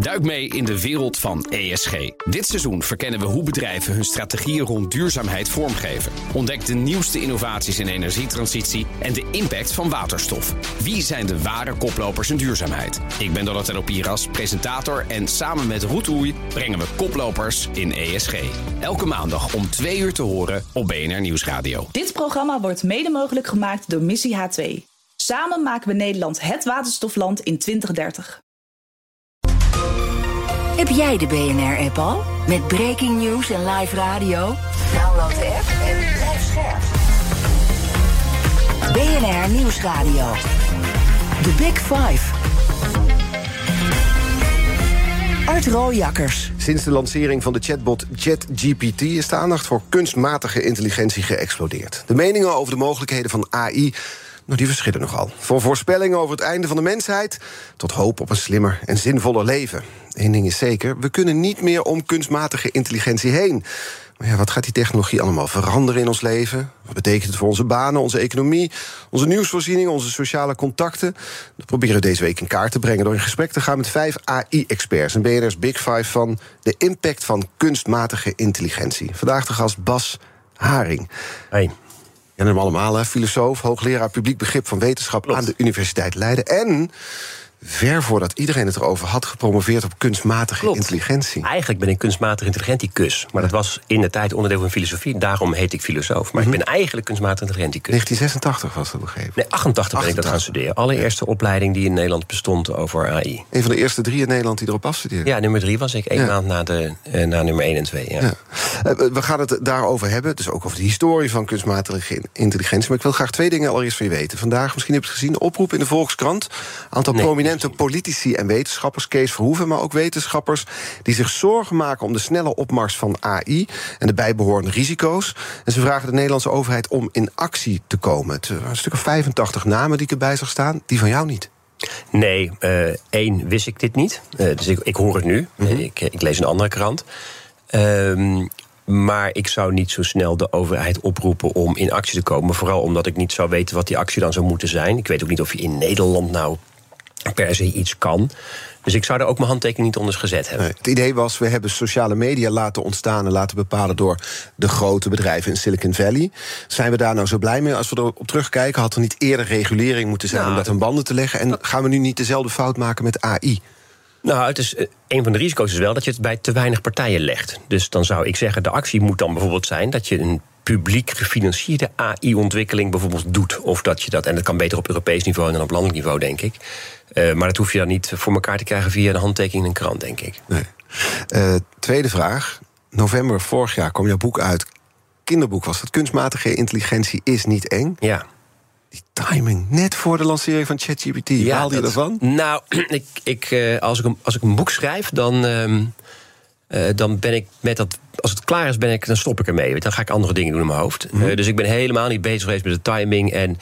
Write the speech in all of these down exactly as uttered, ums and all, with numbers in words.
Duik mee in de wereld van E S G. Dit seizoen verkennen we hoe bedrijven hun strategieën rond duurzaamheid vormgeven. Ontdek de nieuwste innovaties in energietransitie en de impact van waterstof. Wie zijn de ware koplopers in duurzaamheid? Ik ben Donatello Piras, presentator, en samen met Roet Oei brengen we koplopers in E S G. Elke maandag om twee uur te horen op B N R Nieuwsradio. Dit programma wordt mede mogelijk gemaakt door Missie H twee. Samen maken we Nederland het waterstofland in twintig dertig. Heb jij de B N R-app al? Met breaking news en live radio? Download de app en blijf scherp. B N R Nieuwsradio. The Big Five. Art Rooijakkers. Sinds de lancering van de chatbot ChatGPT is de aandacht voor kunstmatige intelligentie geëxplodeerd. De meningen over de mogelijkheden van A I, nou, die verschillen nogal. Van voorspellingen over het einde van de mensheid tot hoop op een slimmer en zinvoller leven. Eén ding is zeker, we kunnen niet meer om kunstmatige intelligentie heen. Maar ja, wat gaat die technologie allemaal veranderen in ons leven? Wat betekent het voor onze banen, onze economie, onze nieuwsvoorziening, onze sociale contacten? Dat proberen we deze week in kaart te brengen door in gesprek te gaan met vijf A I-experts. En B N R's Big Five van de impact van kunstmatige intelligentie. Vandaag de gast Bas Haring. Hey. Ja, hem allemaal, hè? Filosoof, hoogleraar publiek begrip van wetenschap Klopt. aan de Universiteit Leiden. En ver voordat iedereen het erover had, gepromoveerd op kunstmatige Klopt. intelligentie. Eigenlijk ben ik kunstmatig intelligenticus. Maar dat was in de tijd onderdeel van filosofie. Daarom heet ik filosoof. Maar mm-hmm. ik ben eigenlijk kunstmatig intelligenticus. negentien zesentachtig was dat begrepen? Nee, achtentachtig ben ik dat gaan studeren. Allereerste ja. opleiding die in Nederland bestond over A I. Een van de eerste drie in Nederland die erop afstudeerden. Ja, nummer drie was ik. Eén ja. maand na, de, uh, na nummer één en twee. Ja. Ja. Uh, we gaan het daarover hebben. Dus ook over de historie van kunstmatige intelligentie. Maar ik wil graag twee dingen allereerst van je weten. Vandaag, misschien heb je het gezien, de oproep in de Volkskrant. Aantal nee, prominente politici en wetenschappers, Kees Verhoeven, maar ook wetenschappers die zich zorgen maken om de snelle opmars van A I en de bijbehorende risico's. En ze vragen de Nederlandse overheid om in actie te komen. Het een stuk of vijfentachtig namen die ik erbij zag staan, die van jou niet. Nee, uh, één, wist ik dit niet. Uh, dus ik, ik hoor het nu. Mm-hmm. ik, ik lees een andere krant. Um, Maar ik zou niet zo snel de overheid oproepen om in actie te komen. Vooral omdat ik niet zou weten wat die actie dan zou moeten zijn. Ik weet ook niet of je in Nederland nou per se iets kan. Dus ik zou daar ook mijn handtekening niet onder gezet hebben. Nee, het idee was, we hebben sociale media laten ontstaan en laten bepalen door de grote bedrijven in Silicon Valley. Zijn we daar nou zo blij mee als we erop terugkijken? Had er niet eerder regulering moeten zijn nou, om dat aan banden te leggen? En gaan we nu niet dezelfde fout maken met A I? Nou, het is, een van de risico's is wel dat je het bij te weinig partijen legt. Dus dan zou ik zeggen, de actie moet dan bijvoorbeeld zijn dat je een publiek gefinancierde A I-ontwikkeling bijvoorbeeld doet. Of dat je dat, en dat kan beter op Europees niveau dan op landelijk niveau, denk ik. Uh, maar dat hoef je dan niet voor elkaar te krijgen via een handtekening in een krant, denk ik. Nee. Uh, tweede vraag. November vorig jaar kwam jouw boek uit. Kinderboek was het. Kunstmatige intelligentie is niet eng. Ja. Die timing, net voor de lancering van ChatGPT. Ja, haalde je dat, ervan? Nou, ik, ik, uh, als, ik een, als ik een boek schrijf, dan, uh, uh, dan ben ik met dat. Als het klaar is, ben ik, dan stop ik ermee. Dan ga ik andere dingen doen in mijn hoofd. Mm-hmm. Uh, dus ik ben helemaal niet bezig geweest met de timing. En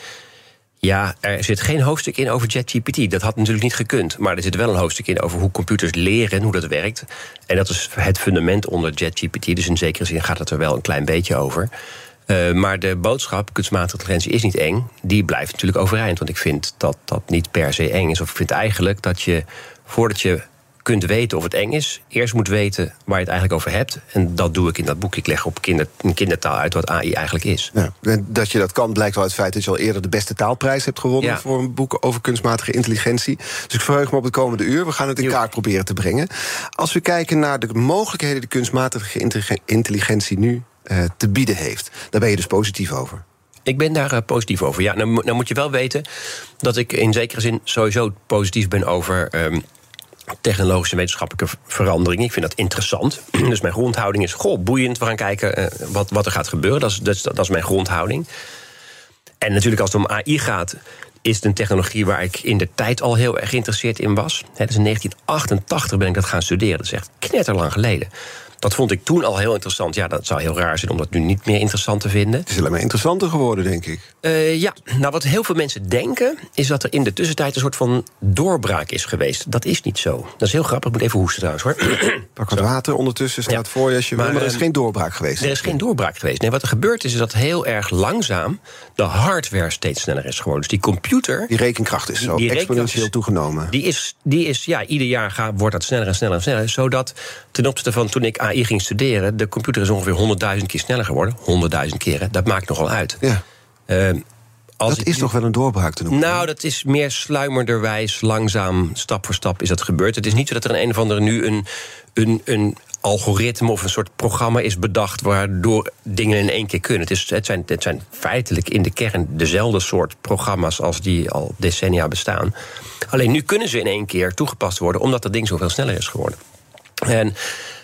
ja, er zit geen hoofdstuk in over ChatGPT. Dat had natuurlijk niet gekund. Maar er zit wel een hoofdstuk in over hoe computers leren en hoe dat werkt. En dat is het fundament onder ChatGPT. Dus in zekere zin gaat het er wel een klein beetje over. Uh, maar de boodschap, kunstmatige intelligentie is niet eng, die blijft natuurlijk overeind. Want ik vind dat dat niet per se eng is. Of ik vind eigenlijk dat je, voordat je kunt weten of het eng is, eerst moet weten waar je het eigenlijk over hebt. En dat doe ik in dat boek. Ik leg op kinder, in kindertaal uit wat A I eigenlijk is. Ja, en dat je dat kan blijkt wel uit het feit dat je al eerder de beste taalprijs hebt gewonnen ja. voor een boek over kunstmatige intelligentie. Dus ik verheug me op het komende uur. We gaan het in kaart proberen te brengen. Als we kijken naar de mogelijkheden die kunstmatige intelligentie nu uh, te bieden heeft, daar ben je dus positief over. Ik ben daar uh, positief over. Ja, nou, nou moet je wel weten dat ik in zekere zin sowieso positief ben over Um, technologische en wetenschappelijke veranderingen. Ik vind dat interessant. Dus mijn grondhouding is, goh, boeiend. We gaan kijken uh, wat, wat er gaat gebeuren. Dat is, dat, is, dat is mijn grondhouding. En natuurlijk als het om A I gaat, is het een technologie waar ik in de tijd al heel erg geïnteresseerd in was. He, dus in negentien achtentachtig ben ik dat gaan studeren. Dat is echt knetterlang geleden. Dat vond ik toen al heel interessant. Ja, dat zou heel raar zijn om dat nu niet meer interessant te vinden. Het is alleen maar interessanter geworden, denk ik. Uh, ja, nou wat heel veel mensen denken, is dat er in de tussentijd een soort van doorbraak is geweest. Dat is niet zo. Dat is heel grappig. Ik moet even hoesten trouwens, hoor. Pak wat water ondertussen, staat ja. voor je als je maar, wil. Maar er is uh, geen doorbraak geweest. Er is geen doorbraak geweest. Nee, wat er gebeurd is, is dat heel erg langzaam de hardware steeds sneller is geworden. Dus die computer... Die rekenkracht is zo die, die exponentieel toegenomen. Die is, die is, ja, ieder jaar gaat, wordt dat sneller en sneller en sneller. Zodat ten opzichte van toen ik A I ging studeren, de computer is ongeveer honderdduizend keer sneller geworden. honderdduizend keren, dat maakt nogal uit. Ja. Uh, Als dat is toch wel een doorbraak te noemen? Nou, dat is meer sluimerderwijs, langzaam, stap voor stap is dat gebeurd. Het is niet zo dat er een, een of andere nu een, een, een algoritme of een soort programma is bedacht waardoor dingen in één keer kunnen. Het, is, het, zijn, het zijn feitelijk in de kern dezelfde soort programma's als die al decennia bestaan. Alleen nu kunnen ze in één keer toegepast worden omdat dat ding zoveel sneller is geworden. En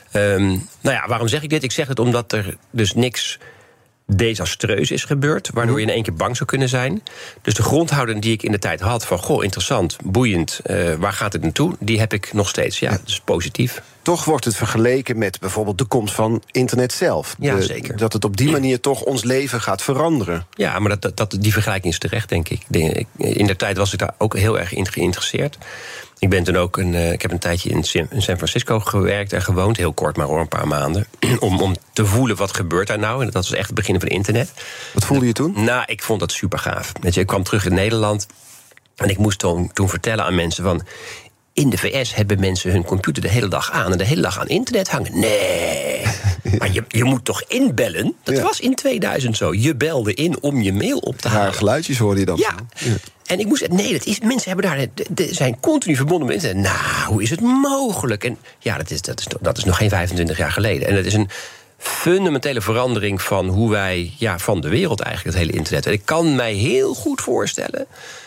um, nou ja, waarom zeg ik dit? Ik zeg het omdat er dus niks desastreus is gebeurd, waardoor je in één keer bang zou kunnen zijn. Dus de grondhouding die ik in de tijd had van goh, interessant, boeiend, uh, waar gaat het naartoe, die heb ik nog steeds. Ja, ja. Dat is positief. Toch wordt het vergeleken met bijvoorbeeld de komst van internet zelf. Ja, de, zeker. Dat het op die manier toch ons leven gaat veranderen. Ja, maar dat, dat, dat, die vergelijking is terecht, denk ik. In der tijd was ik daar ook heel erg in geïnteresseerd. Ik ben toen ook een, uh, ik heb een tijdje in San Francisco gewerkt en gewoond, heel kort, maar hoor, een paar maanden. om, om te voelen wat gebeurt daar nou. En dat was echt het begin van internet. Wat voelde je toen? Nou, ik vond dat super gaaf. Weet je, ik kwam terug in Nederland en ik moest toen, toen vertellen aan mensen van, in de V S hebben mensen hun computer de hele dag aan en de hele dag aan internet hangen. Nee, maar je, je moet toch inbellen? Dat ja. was in tweeduizend zo. Je belde in om je mail op te halen. Haar geluidjes hoorde je dan. Ja. ja. En ik moest, nee, dat is, mensen hebben daar, de, de, zijn continu verbonden met internet. Nou, hoe is het mogelijk? En ja, dat is, dat is, dat is nog geen vijfentwintig jaar geleden. En dat is een fundamentele verandering van hoe wij, ja, van de wereld eigenlijk, het hele internet. En ik kan mij heel goed voorstellen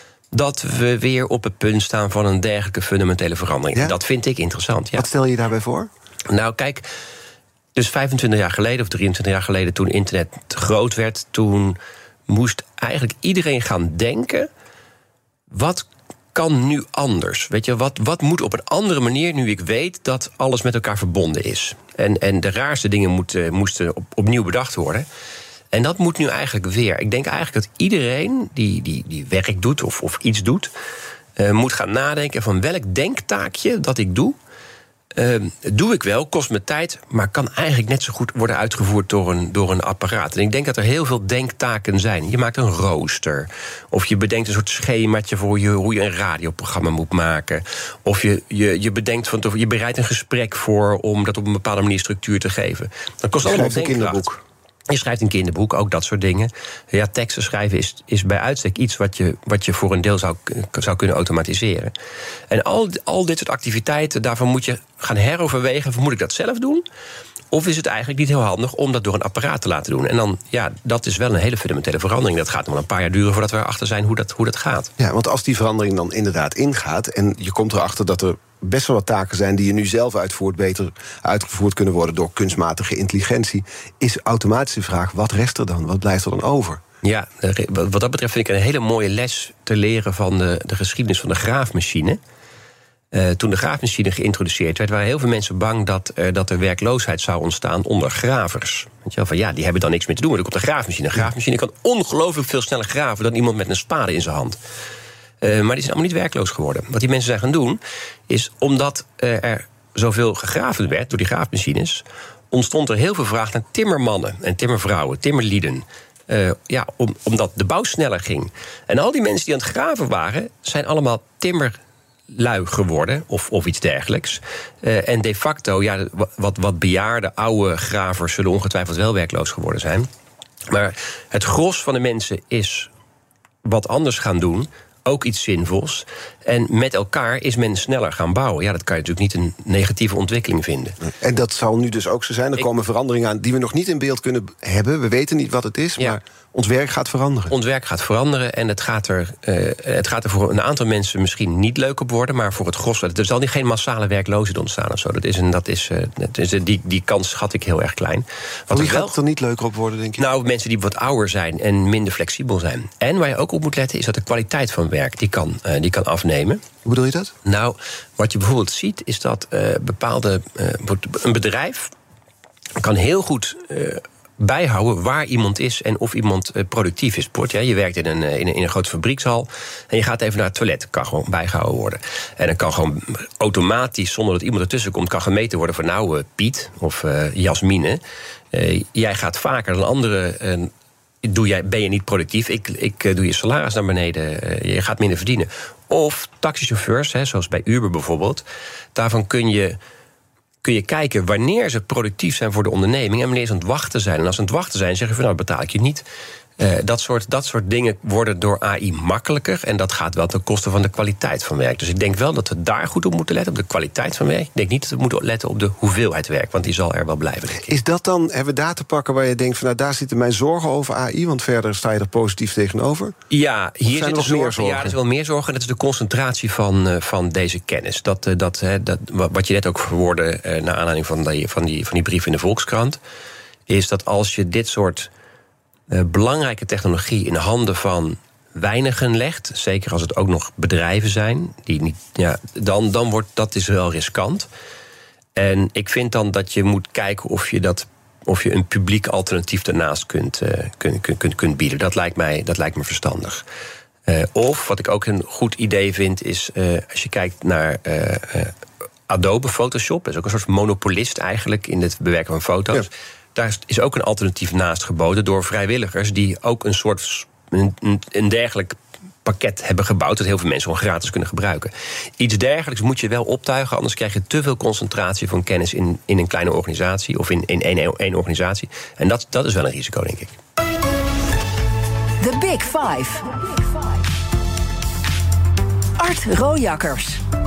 dat we weer op het punt staan van een dergelijke fundamentele verandering. Ja? Dat vind ik interessant. Ja. Wat stel je daarbij voor? Nou, kijk, dus vijfentwintig jaar geleden of drieëntwintig jaar geleden, toen internet groot werd, toen moest eigenlijk iedereen gaan denken, wat kan nu anders? Weet je, wat, wat moet op een andere manier, nu ik weet dat alles met elkaar verbonden is? En, en de raarste dingen moeten, moesten op, opnieuw bedacht worden. En dat moet nu eigenlijk weer. Ik denk eigenlijk dat iedereen die, die, die werk doet of, of iets doet, uh, moet gaan nadenken van welk denktaakje dat ik doe, Uh, doe ik wel, kost me tijd, maar kan eigenlijk net zo goed worden uitgevoerd door een, door een apparaat. En ik denk dat er heel veel denktaken zijn. Je maakt een rooster, of je bedenkt een soort schemaatje voor je, hoe je een radioprogramma moet maken. Of je, je, je bedenkt van, je bereidt een gesprek voor om dat op een bepaalde manier structuur te geven. Dat kost allemaal denkkracht. Een kinderboek. Je schrijft een kinderboek, ook dat soort dingen. Ja, teksten schrijven is, is bij uitstek iets wat je, wat je voor een deel zou, zou kunnen automatiseren. En al, al dit soort activiteiten, daarvan moet je gaan heroverwegen, moet ik dat zelf doen? Of is het eigenlijk niet heel handig om dat door een apparaat te laten doen? En dan, ja, dat is wel een hele fundamentele verandering. Dat gaat nog wel een paar jaar duren voordat we erachter zijn hoe dat, hoe dat gaat. Ja, want als die verandering dan inderdaad ingaat en je komt erachter dat er best wel wat taken zijn die je nu zelf uitvoert, beter uitgevoerd kunnen worden door kunstmatige intelligentie, is automatisch de vraag, wat rest er dan? Wat blijft er dan over? Ja, wat dat betreft vind ik een hele mooie les te leren van de, de geschiedenis van de graafmachine. Uh, toen de graafmachine geïntroduceerd werd, waren heel veel mensen bang dat, uh, dat er werkloosheid zou ontstaan onder gravers. Weet je wel, van ja, die hebben dan niks meer te doen, maar er komt een graafmachine. Een graafmachine kan ongelooflijk veel sneller graven dan iemand met een spade in zijn hand. Uh, maar die zijn allemaal niet werkloos geworden. Wat die mensen zijn gaan doen, is omdat uh, er zoveel gegraven werd door die graafmachines, ontstond er heel veel vraag naar timmermannen en timmervrouwen, timmerlieden. Uh, ja, om, omdat de bouw sneller ging. En al die mensen die aan het graven waren, zijn allemaal timmerlui geworden, of, of iets dergelijks. Uh, en de facto, ja, wat, wat bejaarde, oude gravers zullen ongetwijfeld wel werkloos geworden zijn. Maar het gros van de mensen is wat anders gaan doen, ook iets zinvols. En met elkaar is men sneller gaan bouwen. Ja, dat kan je natuurlijk niet een negatieve ontwikkeling vinden. En dat zal nu dus ook zo zijn. Er Ik... komen veranderingen aan die we nog niet in beeld kunnen hebben. We weten niet wat het is, ja. maar ons werk gaat veranderen. Ons werk gaat veranderen en het gaat, er, uh, het gaat er voor een aantal mensen misschien niet leuk op worden, maar voor het gros, er zal niet geen massale werkloosheid ontstaan of zo. Dat is een, dat is, uh, dat is, die, die kans schat ik heel erg klein. Wat Wie gaat het er niet leuker op worden, denk je? Nou, mensen die wat ouder zijn en minder flexibel zijn. En waar je ook op moet letten, is dat de kwaliteit van werk die kan, uh, die kan afnemen. Hoe bedoel je dat? Nou, wat je bijvoorbeeld ziet, is dat uh, bepaalde uh, een bedrijf kan heel goed Uh, bijhouden waar iemand is en of iemand uh, productief is. Ja, je werkt in een, in, een, in een grote fabriekshal en je gaat even naar het toilet. Kan gewoon bijgehouden worden. En dan kan gewoon automatisch, zonder dat iemand ertussen komt, kan gemeten worden van nou, uh, Piet of uh, Jasmine. Uh, jij gaat vaker dan anderen. Uh, doe jij, ben je niet productief? Ik, ik uh, doe je salaris naar beneden. Uh, je gaat minder verdienen. Of taxichauffeurs, hè, zoals bij Uber bijvoorbeeld. Daarvan kun je kun je kijken wanneer ze productief zijn voor de onderneming en wanneer ze aan het wachten zijn. En als ze aan het wachten zijn, zeggen van nou, betaal ik je niet. Uh, dat, soort, dat soort dingen worden door A I makkelijker en dat gaat wel ten koste van de kwaliteit van werk. Dus ik denk wel dat we daar goed op moeten letten, op de kwaliteit van werk. Ik denk niet dat we moeten letten op de hoeveelheid werk, want die zal er wel blijven, denk ik. Is dat dan, hebben we data pakken waar je denkt van nou, daar zitten mijn zorgen over A I, want verder sta je er positief tegenover? Ja, hier zitten er nog zorgen, meer zorgen. Ja, er is wel meer zorgen. En dat is de concentratie van, uh, van deze kennis. Dat, uh, dat, uh, dat, wat je net ook verwoordde uh, naar aanleiding van die, van, die, van die brief in de Volkskrant, is dat als je dit soort Uh, belangrijke technologie in de handen van weinigen legt, zeker als het ook nog bedrijven zijn, die niet, ja, dan, dan wordt dat is wel riskant. En ik vind dan dat je moet kijken of je dat, of je een publiek alternatief daarnaast kunt, uh, kunt, kunt, kunt, kunt bieden. Dat lijkt mij, dat lijkt me verstandig. Uh, of wat ik ook een goed idee vind, is uh, als je kijkt naar Uh, uh, Adobe Photoshop, dat is ook een soort monopolist eigenlijk in het bewerken van foto's. Ja. Daar is ook een alternatief naast geboden door vrijwilligers die ook een soort een, een dergelijk pakket hebben gebouwd dat heel veel mensen gewoon gratis kunnen gebruiken. Iets dergelijks moet je wel optuigen, anders krijg je te veel concentratie van kennis in, in een kleine organisatie of in, in één, één organisatie. En dat, dat is wel een risico, denk ik. The Big Five. Art Rojakkers.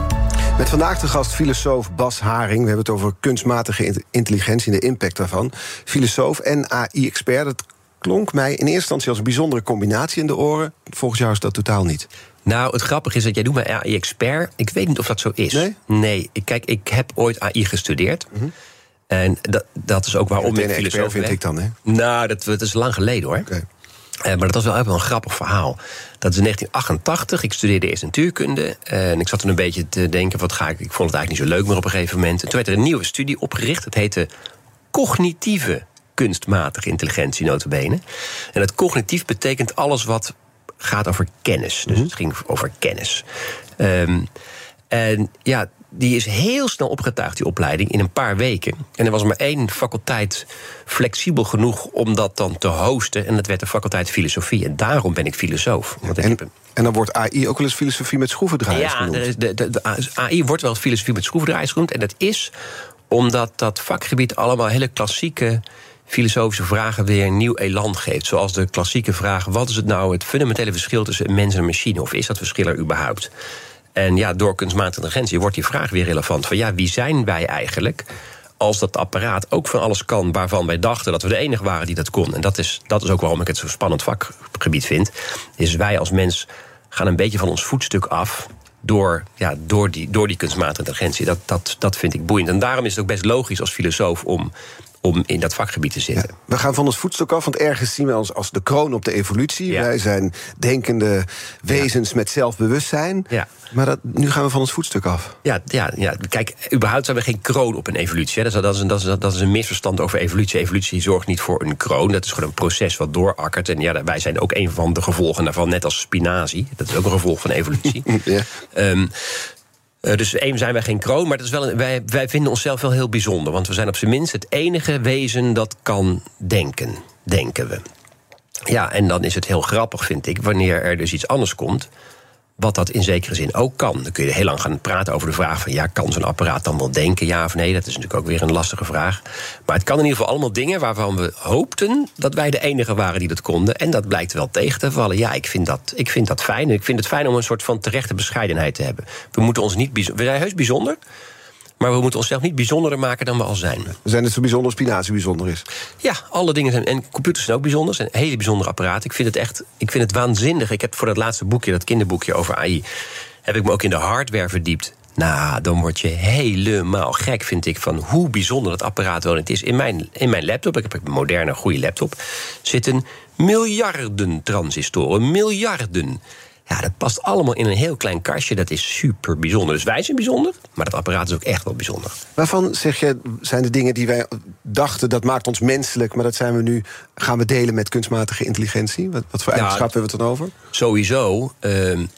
Met vandaag de gast filosoof Bas Haring. We hebben het over kunstmatige intelligentie en de impact daarvan. Filosoof en A I-expert. Dat klonk mij in eerste instantie als een bijzondere combinatie in de oren. Volgens jou is dat totaal niet. Nou, het grappige is dat jij doet mij A I-expert. Ik weet niet of dat zo is. Nee? Nee. Kijk, ik heb ooit A I gestudeerd. Mm-hmm. En dat, dat is ook waarom ik filosoof vind ik dan, hè? Nou, dat, dat is lang geleden, hoor. Okay. Uh, maar dat was wel, wel een grappig verhaal. Dat is in negentien achtentachtig. Ik studeerde eerst natuurkunde. Uh, en ik zat toen een beetje te denken, wat ga ik... Ik vond het eigenlijk niet zo leuk meer op een gegeven moment. En toen werd er een nieuwe studie opgericht. Het heette cognitieve kunstmatige intelligentie, nota bene. En dat cognitief betekent alles wat gaat over kennis. Dus mm-hmm. het ging over kennis. Um, en ja, die is heel snel opgetuigd, die opleiding, in een paar weken. En er was maar één faculteit flexibel genoeg om dat dan te hosten. En dat werd de faculteit filosofie. En daarom ben ik filosoof. Want en, ik heb... en dan wordt A I ook wel eens filosofie met schroevendraaiers ja, genoemd. Ja, de, de, de A I wordt wel filosofie met schroevendraaiers genoemd. En dat is omdat dat vakgebied allemaal hele klassieke filosofische vragen weer een nieuw elan geeft. Zoals de klassieke vraag, wat is het nou het fundamentele verschil tussen een mens en een machine? Of is dat verschil er überhaupt? En ja, door kunstmatige intelligentie wordt die vraag weer relevant. Van ja, wie zijn wij eigenlijk als dat apparaat ook van alles kan waarvan wij dachten dat we de enige waren die dat kon? En dat is, dat is ook waarom ik het zo'n spannend vakgebied vind. Is wij als mens gaan een beetje van ons voetstuk af door, ja, door, die, door die kunstmatige intelligentie. Dat, dat, dat vind ik boeiend. En daarom is het ook best logisch als filosoof om om in dat vakgebied te zitten. Ja, we gaan van ons voetstuk af, want ergens zien we ons als de kroon op de evolutie. Ja. Wij zijn denkende wezens ja. met zelfbewustzijn. Ja. Maar dat, nu gaan we van ons voetstuk af. Ja, ja, ja, kijk, überhaupt zijn we geen kroon op een evolutie. Hè. Dat, is, dat, is een, dat, is, dat is een misverstand over evolutie. Evolutie zorgt niet voor een kroon. Dat is gewoon een proces wat doorakkert. En ja, wij zijn ook een van de gevolgen daarvan, net als spinazie. Dat is ook een gevolg van evolutie. ja. Um, Uh, dus één zijn wij geen kroon, maar dat is wel een, wij, wij vinden onszelf wel heel bijzonder. Want we zijn op zijn minst het enige wezen dat kan denken, denken we. Ja, en dan is het heel grappig, vind ik, wanneer er dus iets anders komt, wat dat in zekere zin ook kan. Dan kun je heel lang gaan praten over de vraag van, ja, kan zo'n apparaat dan wel denken, ja of nee? Dat is natuurlijk ook weer een lastige vraag. Maar het kan in ieder geval allemaal dingen waarvan we hoopten dat wij de enige waren die dat konden. En dat blijkt wel tegen te vallen. Ja, ik vind dat, ik vind dat fijn. Ik vind het fijn om een soort van terechte bescheidenheid te hebben. We moeten ons niet bijzonder, we zijn heus bijzonder, maar we moeten onszelf niet bijzonderder maken dan we al zijn. We zijn net zo bijzonder als spinazie bijzonder is. Ja, alle dingen zijn. En computers zijn ook bijzonder. Zijn hele bijzondere apparaten. Ik vind het echt, ik vind het waanzinnig. Ik heb voor dat laatste boekje, dat kinderboekje over A I, heb ik me ook in de hardware verdiept. Nou, dan word je helemaal gek, vind ik, van hoe bijzonder dat apparaat wel niet is. In mijn, in mijn laptop, ik heb een moderne, goede laptop, zitten miljarden transistoren. Miljarden. Ja, dat past allemaal in een heel klein kastje. Dat is super bijzonder. Dus wij zijn bijzonder, maar dat apparaat is ook echt wel bijzonder. Waarvan, zeg je, zijn de dingen die wij dachten... dat maakt ons menselijk, maar dat zijn we nu... gaan we delen met kunstmatige intelligentie? Wat, wat voor Ja, eigenschappen hebben we het dan over? Sowieso uh,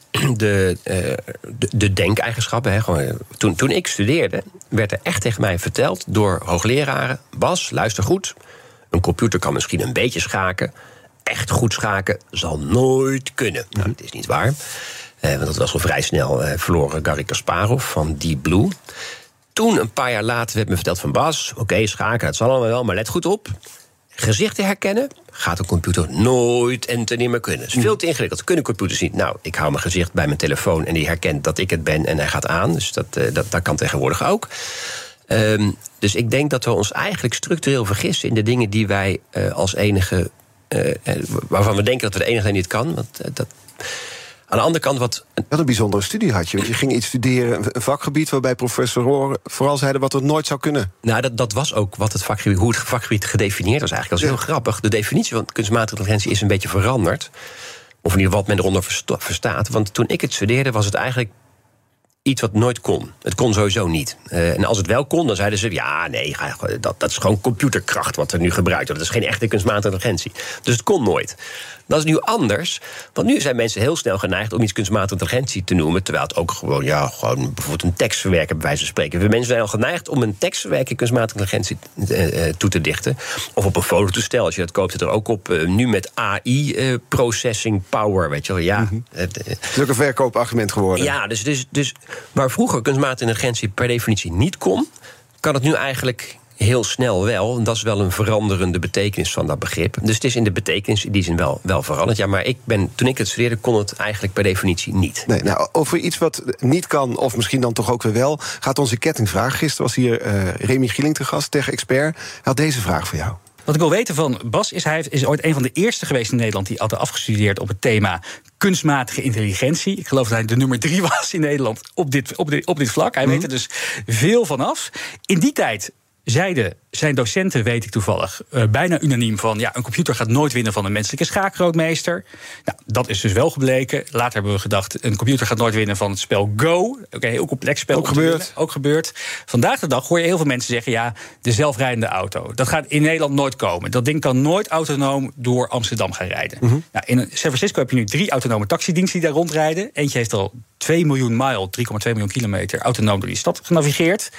de, uh, de, de denkeigenschappen. Hè, gewoon, toen, toen ik studeerde, werd er echt tegen mij verteld... door hoogleraren, Bas, luister goed... een computer kan misschien een beetje schaken... echt goed schaken zal nooit kunnen. Mm-hmm. Nou, dat is niet waar. Uh, want dat was al vrij snel uh, verloren Garry Kasparov van Deep Blue. Toen, een paar jaar later, werd me verteld van Bas... oké, okay, schaken, dat zal allemaal wel, maar let goed op. Gezichten herkennen gaat een computer nooit en ten nimmer kunnen. Dat is veel te ingewikkeld. Dat kunnen computers niet. Nou, ik hou mijn gezicht bij mijn telefoon... en die herkent dat ik het ben en hij gaat aan. Dus dat, uh, dat, dat kan tegenwoordig ook. Um, dus ik denk dat we ons eigenlijk structureel vergissen... in de dingen die wij uh, als enige... Uh, waarvan we denken dat we de enige zijn die het kan. Want, uh, dat... Aan de andere kant wat... Wat een bijzondere studie had je. Want je ging iets studeren, een vakgebied... waarbij professoren vooral zeiden wat er nooit zou kunnen. Nou, dat, dat was ook wat het vakgebied, hoe het vakgebied gedefinieerd was eigenlijk. Dat is heel ja. grappig. De definitie van kunstmatige intelligentie is een beetje veranderd. Of in ieder geval wat men eronder verstaat. Want toen ik het studeerde was het eigenlijk... iets wat nooit kon. Het kon sowieso niet. Uh, en als het wel kon, dan zeiden ze... ja, nee, dat, dat is gewoon computerkracht wat er nu gebruikt wordt. Dat is geen echte kunstmatige intelligentie. Dus het kon nooit. Dat is nu anders. Want nu zijn mensen heel snel geneigd om iets kunstmatige intelligentie te noemen... terwijl het ook gewoon, ja, gewoon bijvoorbeeld een tekstverwerker bij wijze van spreken. Mensen zijn al geneigd om een tekstverwerker kunstmatige intelligentie uh, toe te dichten. Of op een fototoestel, als je dat koopt, zit er ook op. Uh, nu met A I, uh, processing power, weet je wel. Ja, mm-hmm. Het uh, is ook een verkoopargument geworden. Ja, dus, dus, dus waar vroeger kunstmatige intelligentie per definitie niet kon... kan het nu eigenlijk heel snel wel. En dat is wel een veranderende betekenis van dat begrip. Dus het is in de betekenis in die zin wel, wel veranderd. Ja, maar ik ben, toen ik het studeerde, kon het eigenlijk per definitie niet. Nee, nou, over iets wat niet kan, of misschien dan toch ook weer wel... gaat onze kettingvraag. Gisteren was hier uh, Remy Gieling te gast, tech-expert. Hij had deze vraag voor jou. Wat ik wil weten van Bas is, hij is ooit een van de eerste geweest in Nederland... die altijd afgestudeerd op het thema kunstmatige intelligentie. Ik geloof dat hij de nummer drie was in Nederland op dit, op dit, op dit vlak. Hij mm-hmm. weet er dus veel van af. In die tijd zeiden zijn docenten, weet ik toevallig, uh, bijna unaniem van... ja, een computer gaat nooit winnen van een menselijke schaakgrootmeester. Nou, dat is dus wel gebleken. Later hebben we gedacht, een computer gaat nooit winnen van het spel Go. Oké, okay, heel complex spel. Ook gebeurd. Ook gebeurd. Vandaag de dag hoor je heel veel mensen zeggen... ja, de zelfrijdende auto, dat gaat in Nederland nooit komen. Dat ding kan nooit autonoom door Amsterdam gaan rijden. Mm-hmm. Nou, in San Francisco heb je nu drie autonome taxidiensten die daar rondrijden. Eentje heeft al twee miljoen mijl, drie komma twee miljoen kilometer... autonoom door die stad genavigeerd.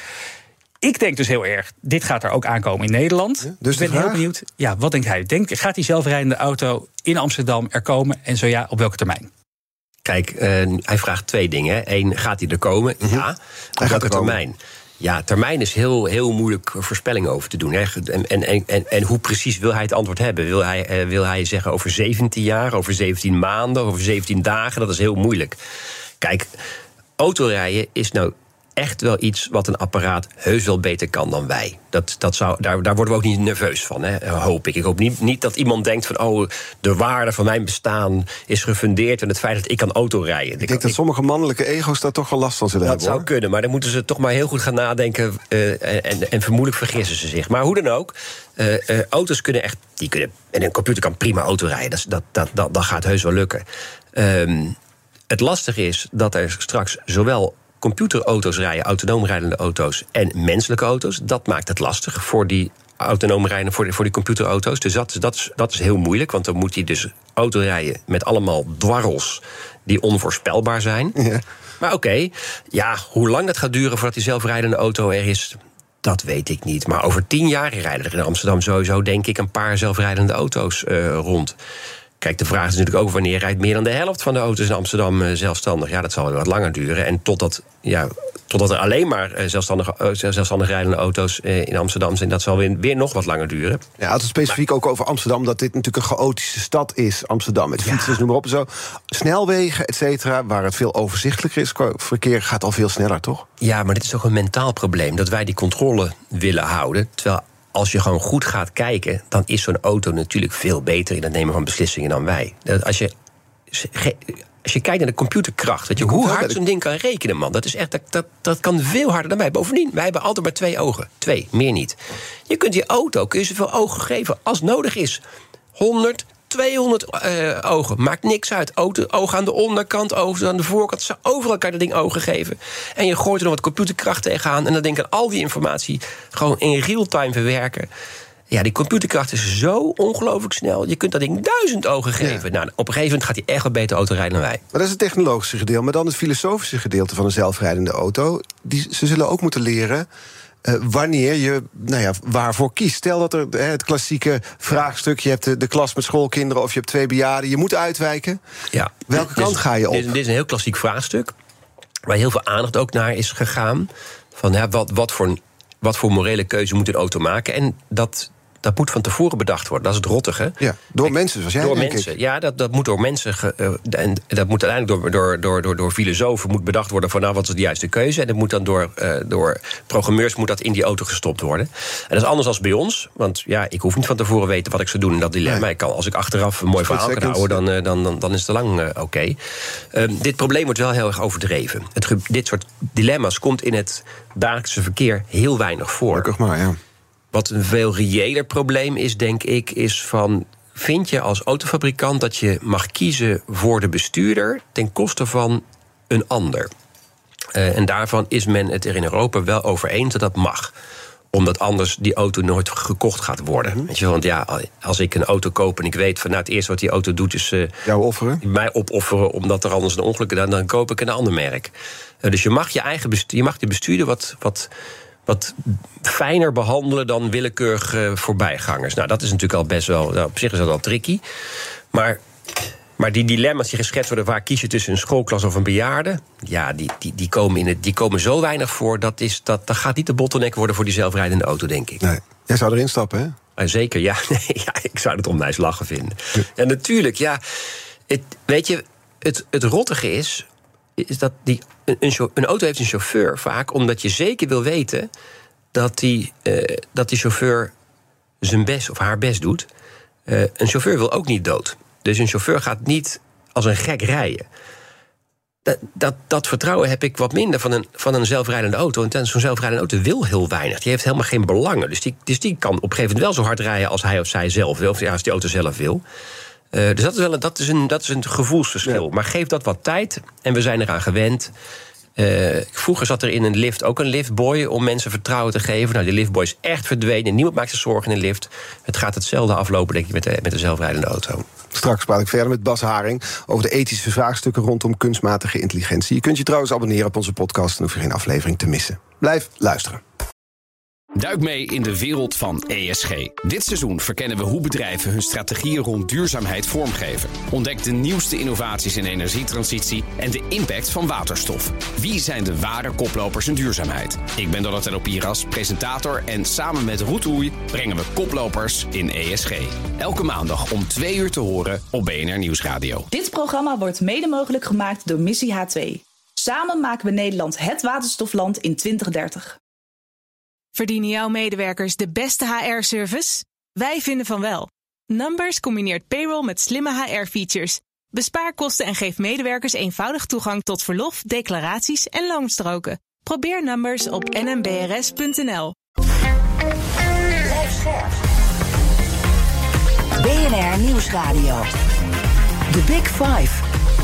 Ik denk dus heel erg, dit gaat er ook aankomen in Nederland. Ja, dus ik ben heel benieuwd, ja, wat denkt hij? Denk, gaat die zelfrijdende auto in Amsterdam er komen? En zo ja, op welke termijn? Kijk, uh, hij vraagt twee dingen. Eén, gaat hij er komen? Mm-hmm. Ja. Op welke termijn? Ja, termijn is heel, heel moeilijk voorspelling over te doen. Hè. En, en, en, en hoe precies wil hij het antwoord hebben? Wil hij, uh, wil hij zeggen over zeventien jaar, over zeventien maanden, over zeventien dagen? Dat is heel moeilijk. Kijk, autorijden is nou echt wel iets wat een apparaat heus wel beter kan dan wij. Dat, dat zou, daar, daar worden we ook niet nerveus van, hè, hoop ik. Ik hoop niet, niet dat iemand denkt van... oh, de waarde van mijn bestaan is gefundeerd... in het feit dat ik kan autorijden. Ik denk ik, dat sommige mannelijke ego's daar toch wel last van zullen dat hebben. Dat zou hoor. kunnen, maar dan moeten ze toch maar heel goed gaan nadenken... Uh, en, en vermoedelijk vergissen ze zich. Maar hoe dan ook, uh, uh, auto's kunnen echt... die kunnen, en een computer kan prima autorijden. Dat, dat, dat, dat, dat gaat heus wel lukken. Um, het lastige is dat er straks zowel... computerauto's rijden, autonoom rijdende auto's en menselijke auto's. Dat maakt het lastig voor die autonoom rijden, voor die, voor die computerauto's. Dus dat, dat, is, dat is heel moeilijk, want dan moet hij dus auto rijden met allemaal dwarrels die onvoorspelbaar zijn. Ja. Maar oké, okay, ja, hoe lang dat gaat duren voordat die zelfrijdende auto er is, dat weet ik niet. Maar over tien jaar rijden er in Amsterdam sowieso, denk ik, een paar zelfrijdende auto's uh, rond. Kijk, de vraag is natuurlijk ook wanneer rijdt meer dan de helft van de auto's in Amsterdam uh, zelfstandig. Ja, dat zal wel wat langer duren. En totdat, ja, totdat er alleen maar uh, zelfstandig, uh, zelfstandig rijdende auto's uh, in Amsterdam zijn, dat zal weer, weer nog wat langer duren. Ja, het is specifiek maar, ook over Amsterdam, dat dit natuurlijk een chaotische stad is, Amsterdam. Met fietsers, ja. noem maar op en zo. Snelwegen, et cetera, waar het veel overzichtelijker is. Verkeer gaat al veel sneller, toch? Ja, maar dit is toch een mentaal probleem, dat wij die controle willen houden, terwijl als je gewoon goed gaat kijken, dan is zo'n auto natuurlijk veel beter in het nemen van beslissingen dan wij. Als je, als je kijkt naar de computerkracht, weet je, hoe hard zo'n ding kan rekenen, man, dat is echt, dat, dat, dat kan veel harder dan wij. Bovendien, wij hebben altijd maar twee ogen. Twee, meer niet. Je kunt die auto, kun je zoveel ogen geven als nodig is. honderd, tweehonderd uh, ogen. Maakt niks uit. Ogen, ogen aan de onderkant, ogen aan de voorkant. Ze overal kan je dat ding ogen geven. En je gooit er nog wat computerkracht tegenaan. En dan denk ik aan al die informatie gewoon in real-time verwerken. Ja, die computerkracht is zo ongelooflijk snel. Je kunt dat ding duizend ogen geven. Ja. Nou, op een gegeven moment gaat hij echt wat beter auto rijden dan wij. Maar dat is het technologische gedeelte. Maar dan het filosofische gedeelte van een zelfrijdende auto. Die, ze zullen ook moeten leren uh, wanneer je nou ja, waarvoor kiest. Stel dat er uh, het klassieke vraagstuk... je hebt de, de klas met schoolkinderen of je hebt twee bejaarden... je moet uitwijken. Ja. Welke kant is, ga je op? Dit is, dit is een heel klassiek vraagstuk. Waar heel veel aandacht ook naar is gegaan. Van ja, wat, wat, voor, wat voor morele keuze moet een auto maken? En dat... Dat moet van tevoren bedacht worden. Dat is het rottige. Ja, door Kijk, mensen, zoals jij Door denk mensen, ik. ja, dat, dat moet door mensen... Ge, uh, en dat moet uiteindelijk door, door, door, door, door filosofen moet bedacht worden... van nou, wat is de juiste keuze? En dat moet dan door, uh, door programmeurs moet dat in die auto gestopt worden. En dat is anders dan bij ons. Want ja, ik hoef niet van tevoren weten wat ik zou doen in dat dilemma. Nee. Ik kan, als ik achteraf een mooi verhaal kan houden... dan, uh, dan, dan, dan is het te lang uh, oké. Okay. Uh, dit probleem wordt wel heel erg overdreven. Het, dit soort dilemma's komt in het dagelijkse verkeer heel weinig voor. Gelukkig maar, ja. Wat een veel reëler probleem is, denk ik, is van... vind je als autofabrikant dat je mag kiezen voor de bestuurder... ten koste van een ander? Uh, en daarvan is men het er in Europa wel over eens dat dat mag. Omdat anders die auto nooit gekocht gaat worden. Mm-hmm. Weet je, want ja, als ik een auto koop en ik weet van... nou, het eerste wat die auto doet is... Uh, jou offeren? Mij opofferen, omdat er anders een ongeluk is... dan, dan koop ik een ander merk. Uh, dus je mag je eigen bestuur, je mag de bestuurder wat... wat wat fijner behandelen dan willekeurige voorbijgangers. Nou, dat is natuurlijk al best wel... Nou, op zich is dat al tricky. Maar, maar die dilemma's die geschetst worden... waar kies je tussen een schoolklas of een bejaarde... ja, die, die, die, komen, in het, die komen zo weinig voor... dat, is, dat, dat gaat niet de bottleneck worden voor die zelfrijdende auto, denk ik. Nee. Jij zou erin stappen, hè? Maar zeker, ja. Nee, ja. Ik zou het onwijs lachen vinden. Ja. En natuurlijk, ja... Het, weet je, het, het rottige is... is dat die, een, een auto heeft een chauffeur vaak... omdat je zeker wil weten dat die, uh, dat die chauffeur zijn best of haar best doet. Uh, een chauffeur wil ook niet dood. Dus een chauffeur gaat niet als een gek rijden. Dat, dat, dat vertrouwen heb ik wat minder van een, van een zelfrijdende auto. En zo'n zelfrijdende auto wil heel weinig. Die heeft helemaal geen belangen. Dus die, dus die kan op een gegeven moment wel zo hard rijden... als hij of zij zelf wil, of als die auto zelf wil... Uh, dus dat is, wel een, dat, is een, dat is een gevoelsverschil. Ja. Maar geef dat wat tijd en we zijn eraan gewend. Uh, vroeger zat er in een lift ook een liftboy om mensen vertrouwen te geven. Nou, die liftboy is echt verdwenen. Niemand maakt zich zorgen in een lift. Het gaat hetzelfde aflopen, denk ik, met de, met de zelfrijdende auto. Straks praat ik verder met Bas Haring over de ethische vraagstukken rondom kunstmatige intelligentie. Je kunt je trouwens abonneren op onze podcast en hoef je geen aflevering te missen. Blijf luisteren. Duik mee in de wereld van E S G. Dit seizoen verkennen we hoe bedrijven hun strategieën rond duurzaamheid vormgeven. Ontdek de nieuwste innovaties in energietransitie en de impact van waterstof. Wie zijn de ware koplopers in duurzaamheid? Ik ben Donatello Piras, presentator, en samen met Roetoei brengen we koplopers in E S G. Elke maandag om twee uur te horen op B N R Nieuwsradio. Dit programma wordt mede mogelijk gemaakt door Missie H twee. Samen maken we Nederland het waterstofland in twintig dertig. Verdienen jouw medewerkers de beste H R-service? Wij vinden van wel. Numbers combineert payroll met slimme H R-features. Bespaar kosten en geef medewerkers eenvoudig toegang tot verlof, declaraties en loonstroken. Probeer Numbers op n m b r s punt n l. B N R Nieuwsradio. The Big Five.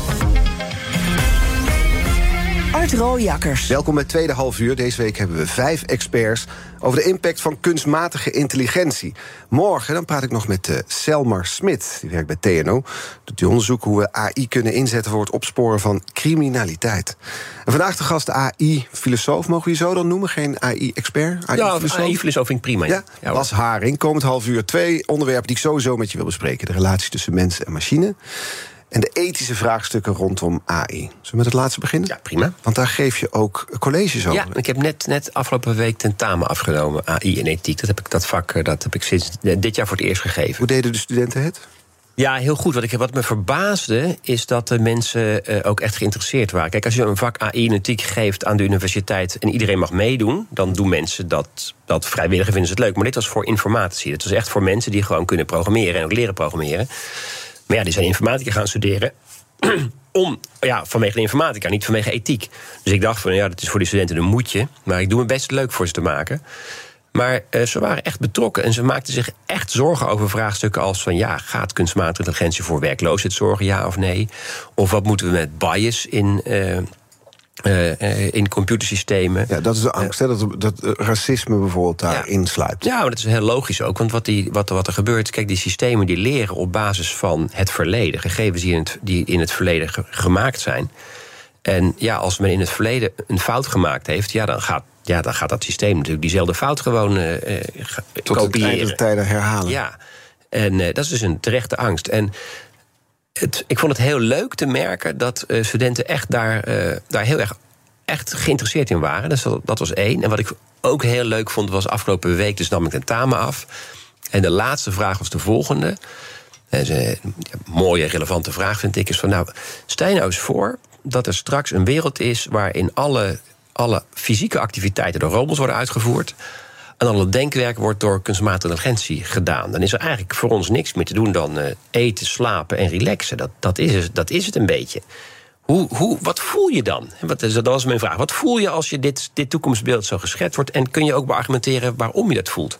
Art Rooijakkers. Welkom bij het tweede half uur. Deze week hebben we vijf experts over de impact van kunstmatige intelligentie. Morgen dan praat ik nog met uh, Selmar Smit. Die werkt bij T N O. Doet hij onderzoek hoe we A I kunnen inzetten voor het opsporen van criminaliteit. En vandaag de gast A I-filosoof. Mogen we je zo dan noemen? Geen A I-expert? Ja, A I-filosoof vind ik prima. Ja, ja Bas Haring. Komend half uur twee onderwerpen die ik sowieso met je wil bespreken. De relatie tussen mens en machine. En de ethische vraagstukken rondom A I. Zullen we met het laatste beginnen? Ja, prima. Want daar geef je ook colleges over. Ja, ik heb net, net afgelopen week tentamen afgenomen, A I en ethiek. Dat heb ik dat vak dat heb ik sinds dit jaar voor het eerst gegeven. Hoe deden de studenten het? Ja, heel goed. Wat, ik, wat me verbaasde is dat de mensen uh, ook echt geïnteresseerd waren. Kijk, als je een vak A I en ethiek geeft aan de universiteit en iedereen mag meedoen, dan doen mensen dat, dat vrijwillig, vinden ze het leuk. Maar dit was voor informatici. Dit was echt voor mensen die gewoon kunnen programmeren en ook leren programmeren. Maar ja, die zijn informatica gaan studeren om, ja, vanwege de informatica, niet vanwege ethiek. Dus ik dacht van, ja, dat is voor die studenten een moedje. Maar ik doe mijn best leuk voor ze te maken. Maar uh, ze waren echt betrokken en ze maakten zich echt zorgen over vraagstukken als van ja, gaat kunstmatige intelligentie voor werkloosheid zorgen, ja of nee? Of wat moeten we met bias in, uh, uh, uh, in computersystemen? Ja, dat is de angst, uh, hè, dat, dat racisme bijvoorbeeld daarin ja. sluipt. Ja, maar dat is heel logisch ook, want wat, die, wat, wat er gebeurt, kijk, die systemen die leren op basis van het verleden, gegevens die in het, die in het verleden ge, gemaakt zijn. En ja, als men in het verleden een fout gemaakt heeft, ja, dan gaat Ja, dan gaat dat systeem natuurlijk diezelfde fout gewoon uh, Tot kopiëren. Tot de tijden herhalen. Ja, en uh, dat is dus een terechte angst. En het, ik vond het heel leuk te merken dat uh, studenten echt daar, uh, daar heel erg echt geïnteresseerd in waren. Dus dat, dat was één. En wat ik ook heel leuk vond was afgelopen week, dus nam ik tentamen af. En de laatste vraag was de volgende. Dat is een ja, mooie, relevante vraag, vind ik. Is van, nou, stel je nou eens voor dat er straks een wereld is waarin alle... alle fysieke activiteiten door robots worden uitgevoerd en alle denkwerk wordt door kunstmatige intelligentie gedaan. Dan is er eigenlijk voor ons niks meer te doen dan uh, eten, slapen en relaxen. Dat, dat, is, dat is het een beetje. Hoe, hoe, wat voel je dan? Wat, dat was mijn vraag. Wat voel je als je dit, dit toekomstbeeld zo geschetst wordt? En kun je ook beargumenteren waarom je dat voelt?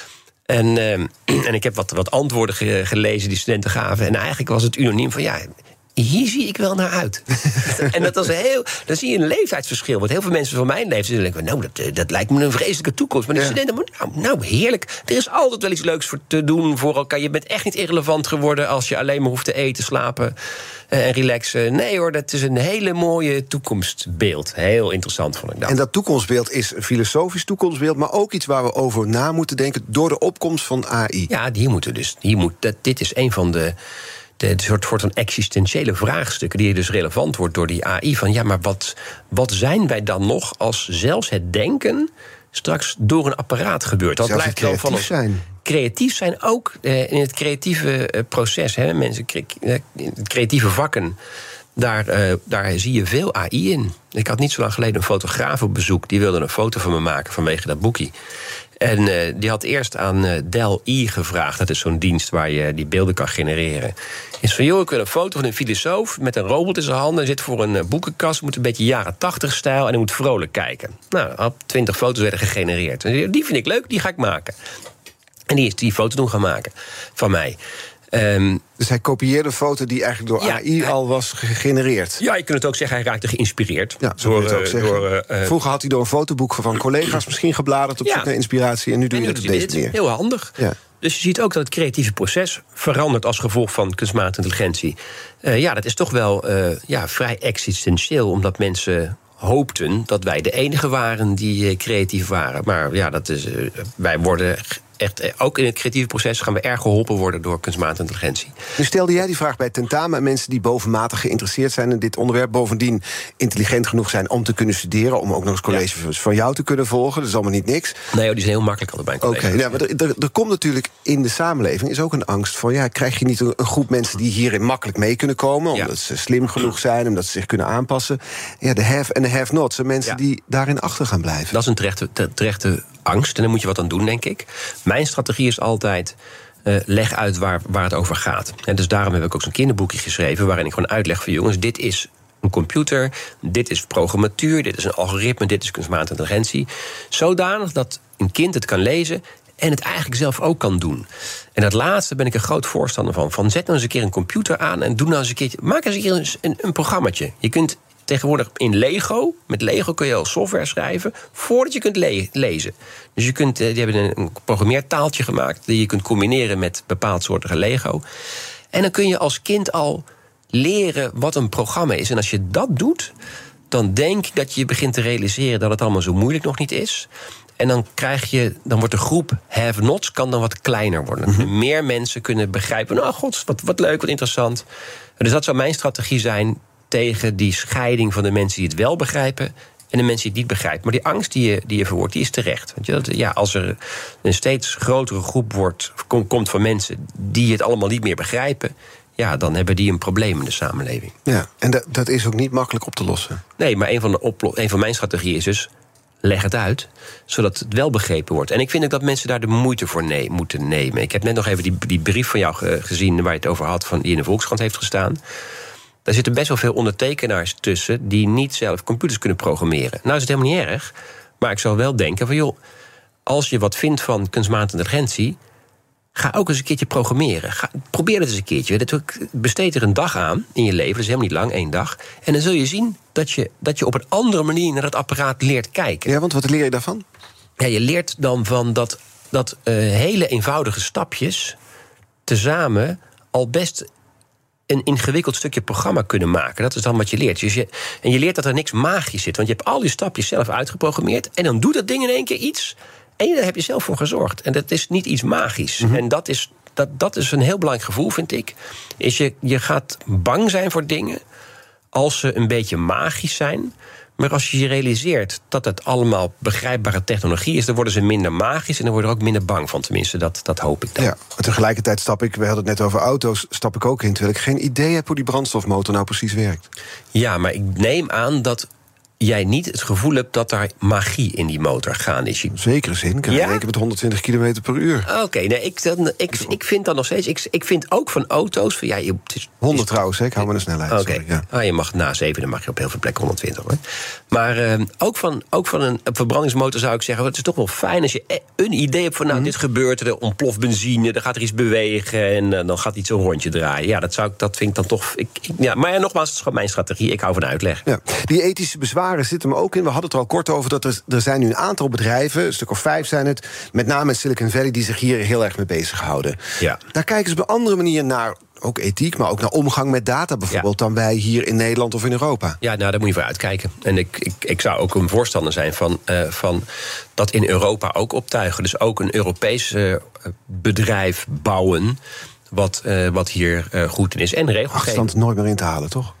En, uh, en ik heb wat, wat antwoorden ge, gelezen die studenten gaven. En eigenlijk was het unaniem van ja, hier zie ik wel naar uit. En dat was heel, dan zie je een leeftijdsverschil. Want heel veel mensen van mijn leeftijd denken, nou, dat, dat lijkt me een vreselijke toekomst. Maar de ja. studenten, nou, nou, heerlijk. Er is altijd wel iets leuks voor te doen voor elkaar. Je bent echt niet irrelevant geworden als je alleen maar hoeft te eten, slapen en relaxen. Nee hoor, dat is een hele mooie toekomstbeeld. Heel interessant vond ik dat. En dat toekomstbeeld is een filosofisch toekomstbeeld, maar ook iets waar we over na moeten denken door de opkomst van A I. Ja, die moeten dus. Die moet, dat, dit is een van de. De soort, soort van existentiële vraagstukken die dus relevant wordt door die A I. Van ja, maar wat, wat zijn wij dan nog als zelfs het denken straks door een apparaat gebeurt? Dat zelfs blijft wel van ons zijn. Creatief zijn ook eh, in het creatieve eh, proces. Hè, mensen, cre- eh, creatieve vakken. Daar, uh, daar zie je veel A I in. Ik had niet zo lang geleden een fotograaf op bezoek. Die wilde een foto van me maken vanwege dat boekie. En uh, die had eerst aan uh, Dall-E gevraagd. Dat is zo'n dienst waar je die beelden kan genereren. Is van, joh, ik wil een foto van een filosoof met een robot in zijn handen. Hij zit voor een uh, boekenkast, moet een beetje jaren tachtig stijl en hij moet vrolijk kijken. Nou, twintig foto's werden gegenereerd. En die vind ik leuk, die ga ik maken. En die is die foto toen gaan maken van mij. Um, dus hij kopieerde een foto die eigenlijk door ja, A I hij, al was gegenereerd. Ja, je kunt het ook zeggen, hij raakte geïnspireerd. Ja, zo door, het ook zeggen. Door, uh, Vroeger had hij door een fotoboek van collega's misschien gebladerd op ja. zoek naar inspiratie. En nu doe en je het op deze manier. Heel handig. Ja. Dus je ziet ook dat het creatieve proces verandert als gevolg van kunstmatige intelligentie. Uh, ja, dat is toch wel uh, ja, vrij existentieel, omdat mensen hoopten dat wij de enige waren die uh, creatief waren. Maar ja, dat is, uh, wij worden echt, ook in het creatieve proces gaan we erg geholpen worden door kunstmatige intelligentie. Nu stelde jij die vraag bij tentamen aan mensen die bovenmatig geïnteresseerd zijn in dit onderwerp, bovendien intelligent genoeg zijn om te kunnen studeren, om ook nog eens colleges ja. van jou te kunnen volgen. Dat is allemaal niet niks. Nee, die zijn heel makkelijk altijd bij een Oké, okay, ja, maar er, er, er komt natuurlijk in de samenleving is ook een angst van, ja, krijg je niet een, een groep mensen die hierin makkelijk mee kunnen komen, omdat ja. ze slim genoeg zijn, omdat ze zich kunnen aanpassen. Ja, de have en de have not zijn mensen ja. die daarin achter gaan blijven. Dat is een terechte, terechte angst en daar moet je wat aan doen, denk ik. Mijn strategie is altijd, uh, leg uit waar, waar het over gaat. En dus daarom heb ik ook zo'n kinderboekje geschreven waarin ik gewoon uitleg van, jongens, dit is een computer, dit is programmatuur, dit is een algoritme, dit is kunstmatige intelligentie. Zodanig dat een kind het kan lezen en het eigenlijk zelf ook kan doen. En dat laatste ben ik een groot voorstander van. Van zet nou eens een keer een computer aan en doe nou eens een keertje, maak eens een keer een, een, een programmaatje. Je kunt tegenwoordig in Lego, met Lego kun je al software schrijven voordat je kunt le- lezen. Dus je kunt, die hebben een, een programmeertaaltje gemaakt die je kunt combineren met bepaald soortige Lego. En dan kun je als kind al leren wat een programma is. En als je dat doet, dan denk ik dat je begint te realiseren dat het allemaal zo moeilijk nog niet is. En dan krijg je, dan wordt de groep have-nots kan dan wat kleiner worden. Mm-hmm. Meer mensen kunnen begrijpen, nou god, wat, wat leuk, wat interessant. Dus dat zou mijn strategie zijn tegen die scheiding van de mensen die het wel begrijpen en de mensen die het niet begrijpen. Maar die angst die je, die je verwoordt, die is terecht. Want je, dat, ja, als er een steeds grotere groep wordt, kom, komt van mensen die het allemaal niet meer begrijpen, ja, dan hebben die een probleem in de samenleving. Ja, en dat, dat is ook niet makkelijk op te lossen. Nee, maar een van, de oplo- een van mijn strategieën is dus, leg het uit, zodat het wel begrepen wordt. En ik vind ook dat mensen daar de moeite voor ne- moeten nemen. Ik heb net nog even die, die brief van jou ge- gezien waar je het over had, van, die in de Volkskrant heeft gestaan. Daar zitten best wel veel ondertekenaars tussen die niet zelf computers kunnen programmeren. Nou is het helemaal niet erg, maar ik zou wel denken van, joh, als je wat vindt van kunstmatige intelligentie, ga ook eens een keertje programmeren. Ga, probeer het eens een keertje. Besteed er een dag aan in je leven, dat is helemaal niet lang, één dag. En dan zul je zien dat je, dat je op een andere manier naar het apparaat leert kijken. Ja, want wat leer je daarvan? Ja, je leert dan van dat, dat uh, hele eenvoudige stapjes tezamen al best een ingewikkeld stukje programma kunnen maken. Dat is dan wat je leert. Dus je, en je leert dat er niks magisch zit. Want je hebt al die stapjes zelf uitgeprogrammeerd. En dan doet dat ding in één keer iets. En daar heb je zelf voor gezorgd. En dat is niet iets magisch. Mm-hmm. En dat is, dat, dat is een heel belangrijk gevoel, vind ik. Is je, je gaat bang zijn voor dingen als ze een beetje magisch zijn. Maar als je je realiseert dat het allemaal begrijpbare technologie is, dan worden ze minder magisch en dan worden er ook minder bang van. Tenminste, dat, dat hoop ik dan. Ja, maar tegelijkertijd stap ik, we hadden het net over auto's, stap ik ook in, terwijl ik geen idee heb hoe die brandstofmotor nou precies werkt. Ja, maar ik neem aan dat jij niet het gevoel hebt dat daar magie in die motor gaan is. Zekere zin. Ik ja? denk met honderdtwintig kilometer per uur. Oké, okay, nee, ik, dan, ik, ik vind dan nog steeds. Ik, ik vind ook van auto's. Van, ja, je, het is, honderd trouwens, hè? Ik hou me de snelheid. Oké. Okay. Ja. Ah, je mag na zeven, dan mag je op heel veel plekken honderdtwintig. Hoor. Maar uh, ook, van, ook van een verbrandingsmotor zou ik zeggen, het is toch wel fijn als je een idee hebt van, nou, mm. dit gebeurt, er ontploft benzine, er gaat er iets bewegen en uh, dan gaat iets een rondje draaien. Ja, dat, zou ik, dat vind ik dan toch. Ik, ik, ja, maar ja, nogmaals, het is gewoon mijn strategie. Ik hou van uitleg. Ja. Die ethische bezwaren zitten me ook in. We hadden het er al kort over dat er, er zijn nu een aantal bedrijven, een stuk of vijf zijn het, met name in Silicon Valley, die zich hier heel erg mee bezighouden. Ja. Daar kijken ze op een andere manier naar, ook ethiek, maar ook naar omgang met data bijvoorbeeld, ja. dan wij hier in Nederland of in Europa. Ja, nou, daar moet je voor uitkijken. En ik, ik, ik zou ook een voorstander zijn van, uh, van dat in Europa ook optuigen. Dus ook een Europees uh, bedrijf bouwen wat, uh, wat hier uh, goed in is. En regelgeving. Achterstand nooit meer in te halen, toch?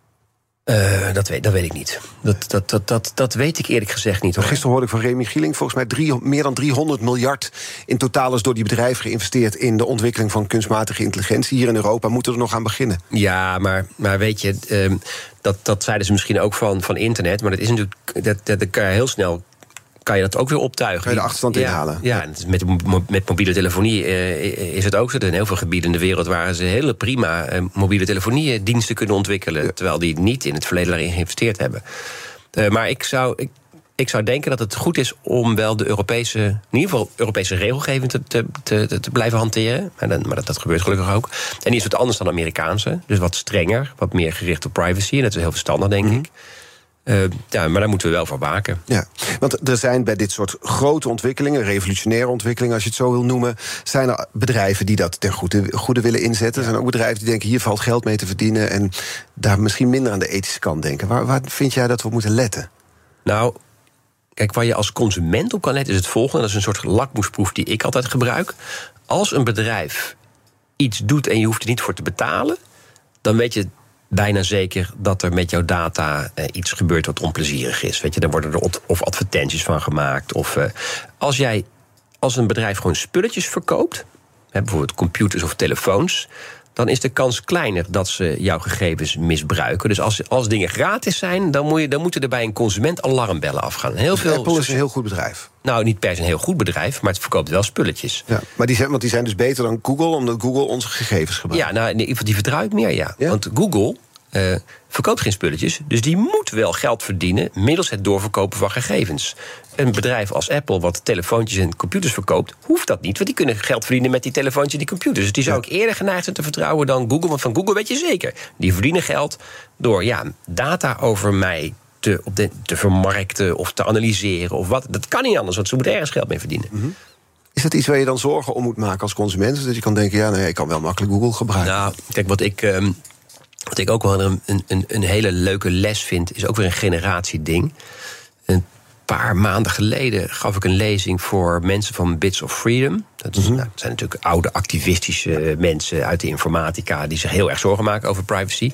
Uh, dat, weet, dat weet ik niet. Dat, dat, dat, dat, dat weet ik eerlijk gezegd niet. Hoor. Gisteren hoorde ik van Remy Gieling, volgens mij drie, meer dan driehonderd miljard in totaal is door die bedrijven geïnvesteerd in de ontwikkeling van kunstmatige intelligentie. Hier in Europa moeten we er nog aan beginnen. Ja, maar, maar weet je, uh, dat, dat zeiden ze misschien ook van, van internet, maar dat is natuurlijk, dat, dat, dat kan je heel snel. Kan je dat ook weer optuigen? Kan je de achterstand ja, inhalen? Ja, met, met mobiele telefonie uh, is het ook zo. Er zijn heel veel gebieden in de wereld waar ze hele prima uh, mobiele telefoniediensten kunnen ontwikkelen, ja. terwijl die niet in het verleden daarin geïnvesteerd hebben. Uh, maar ik zou, ik, ik zou denken dat het goed is om wel de Europese, in ieder geval Europese regelgeving te, te, te, te blijven hanteren. Maar, dan, maar dat, dat gebeurt gelukkig ook. En die is wat anders dan de Amerikaanse. Dus wat strenger, wat meer gericht op privacy. En dat is heel verstandig, denk mm-hmm. ik. Uh, ja, maar daar moeten we wel voor waken. Ja, want er zijn bij dit soort grote ontwikkelingen, revolutionaire ontwikkelingen, als je het zo wil noemen, zijn er bedrijven die dat ten goede, goede willen inzetten. Er zijn ook bedrijven die denken, hier valt geld mee te verdienen en daar misschien minder aan de ethische kant denken. Waar, waar vind jij dat we op moeten letten? Nou, kijk, waar je als consument op kan letten is het volgende. Dat is een soort lakmoesproef die ik altijd gebruik. Als een bedrijf iets doet en je hoeft er niet voor te betalen, dan weet je bijna zeker dat er met jouw data eh, iets gebeurt wat onplezierig is. Weet je, dan worden er of advertenties van gemaakt. Of uh, als jij als een bedrijf gewoon spulletjes verkoopt, hè, bijvoorbeeld computers of telefoons, dan is de kans kleiner dat ze jouw gegevens misbruiken. Dus als, als dingen gratis zijn, dan, moet je, dan moeten er bij een consument alarmbellen afgaan. Heel dus veel, Apple is een heel goed bedrijf. Nou, niet per se een heel goed bedrijf, maar het verkoopt wel spulletjes. Ja, maar die zijn, want die zijn dus beter dan Google, omdat Google onze gegevens gebruikt. Ja, nou, die, die vertrouw ik meer, ja. ja? Want Google uh, verkoopt geen spulletjes, dus die moet wel geld verdienen middels het doorverkopen van gegevens. Een bedrijf als Apple, wat telefoontjes en computers verkoopt, hoeft dat niet, want die kunnen geld verdienen met die telefoontjes en die computers. Dus die zou ja. ik eerder geneigd zijn te vertrouwen dan Google, want van Google weet je zeker, die verdienen geld door ja, data over mij te, op de, te vermarkten of te analyseren of wat. Dat kan niet anders, want ze moeten ergens geld mee verdienen. Mm-hmm. Is dat iets waar je dan zorgen om moet maken als consument? Dat je kan denken, ja, nee, ik kan wel makkelijk Google gebruiken. Nou, kijk, wat ik, um, wat ik ook wel een, een, een hele leuke les vind, is ook weer een generatieding. Een paar maanden geleden gaf ik een lezing voor mensen van Bits of Freedom. Dat, is, mm-hmm. nou, dat zijn natuurlijk oude activistische mensen uit de informatica die zich heel erg zorgen maken over privacy.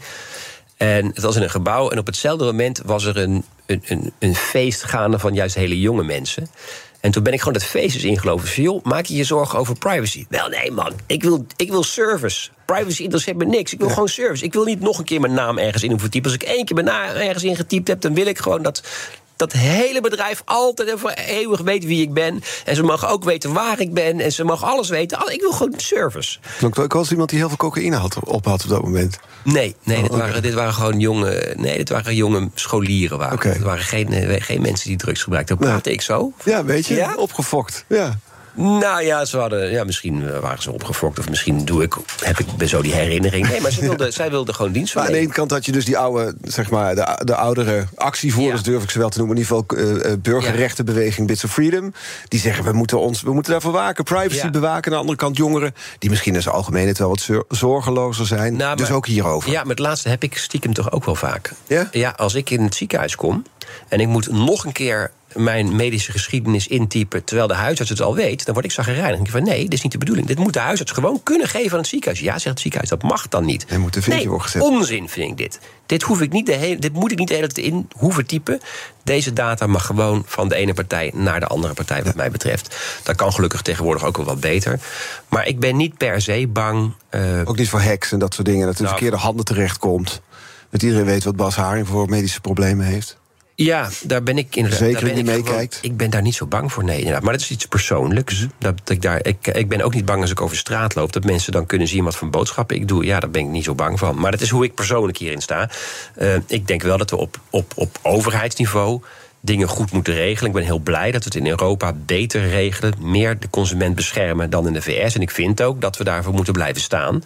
En het was in een gebouw en op hetzelfde moment was er een, een, een, een feest gaande van juist hele jonge mensen. En toen ben ik gewoon dat feest eens ingelopen. Van, joh, maak je je zorgen over privacy? Wel, nee man, ik wil, ik wil service. Privacy interesseert me niks. Ik wil ja. gewoon service. Ik wil niet nog een keer mijn naam ergens in hoeven typen. Als ik één keer mijn naam ergens ingetypt heb, dan wil ik gewoon dat dat hele bedrijf altijd en voor eeuwig weet wie ik ben. En ze mogen ook weten waar ik ben. En ze mogen alles weten. Ik wil gewoon service. Klonk ook wel eens iemand die heel veel cocaïne had, op had op dat moment? Nee, nee oh, dit, okay. waren, dit waren gewoon jonge, nee, dit waren jonge scholieren. Waren. Okay. Het waren geen, geen mensen die drugs gebruikten. Daar praatte nee. ik zo. Ja, weet je, ja? opgefokt. Ja. Nou ja, ze hadden, ja, misschien waren ze opgefokt. Of misschien doe ik, heb ik zo die herinnering. Nee, maar ze wilde, zij wilde gewoon dienst verlenen. Maar aan de ene kant had je dus die oude, zeg maar, de, de oudere actievoerders, ja. durf ik ze wel te noemen. In ieder geval uh, burgerrechtenbeweging Bits of Freedom. Die zeggen, we moeten, ons, we moeten daarvoor waken. Privacy ja. bewaken. Aan de andere kant jongeren, die misschien in zijn algemeenheid wel wat zorgelozer zijn. Nou, dus maar, ook hierover. Ja, maar het laatste heb ik stiekem toch ook wel vaak. Ja? Ja, als ik in het ziekenhuis kom en ik moet nog een keer mijn medische geschiedenis intypen terwijl de huisarts het al weet, dan word ik chagrijnig. Dan denk ik van, nee, dit is niet de bedoeling. Dit moet de huisarts gewoon kunnen geven aan het ziekenhuis. Ja, zegt het ziekenhuis, dat mag dan niet. Er moet een vinkje nee, worden gezet. Onzin vind ik dit. Dit, hoef ik niet de hele, dit moet ik niet de hele tijd in hoeven typen. Deze data mag gewoon van de ene partij naar de andere partij, wat ja. mij betreft. Dat kan gelukkig tegenwoordig ook wel wat beter. Maar ik ben niet per se bang. Uh, ook niet voor hacks en dat soort dingen, dat het in nou, verkeerde handen terechtkomt. Dat iedereen weet wat Bas Haring voor medische problemen heeft. Ja, daar ben ik inderdaad. Zeker daar ben niet ik meekijkt. Gewoon, ik ben daar niet zo bang voor, nee, inderdaad. Maar dat is iets persoonlijks. Mm-hmm. Dat, dat ik, daar, ik, ik ben ook niet bang als ik over straat loop, dat mensen dan kunnen zien wat voor boodschappen ik doe. Ja, daar ben ik niet zo bang van. Maar dat is hoe ik persoonlijk hierin sta. Uh, ik denk wel dat we op, op, op overheidsniveau dingen goed moeten regelen. Ik ben heel blij dat we het in Europa beter regelen, meer de consument beschermen dan in de V S. En ik vind ook dat we daarvoor moeten blijven staan.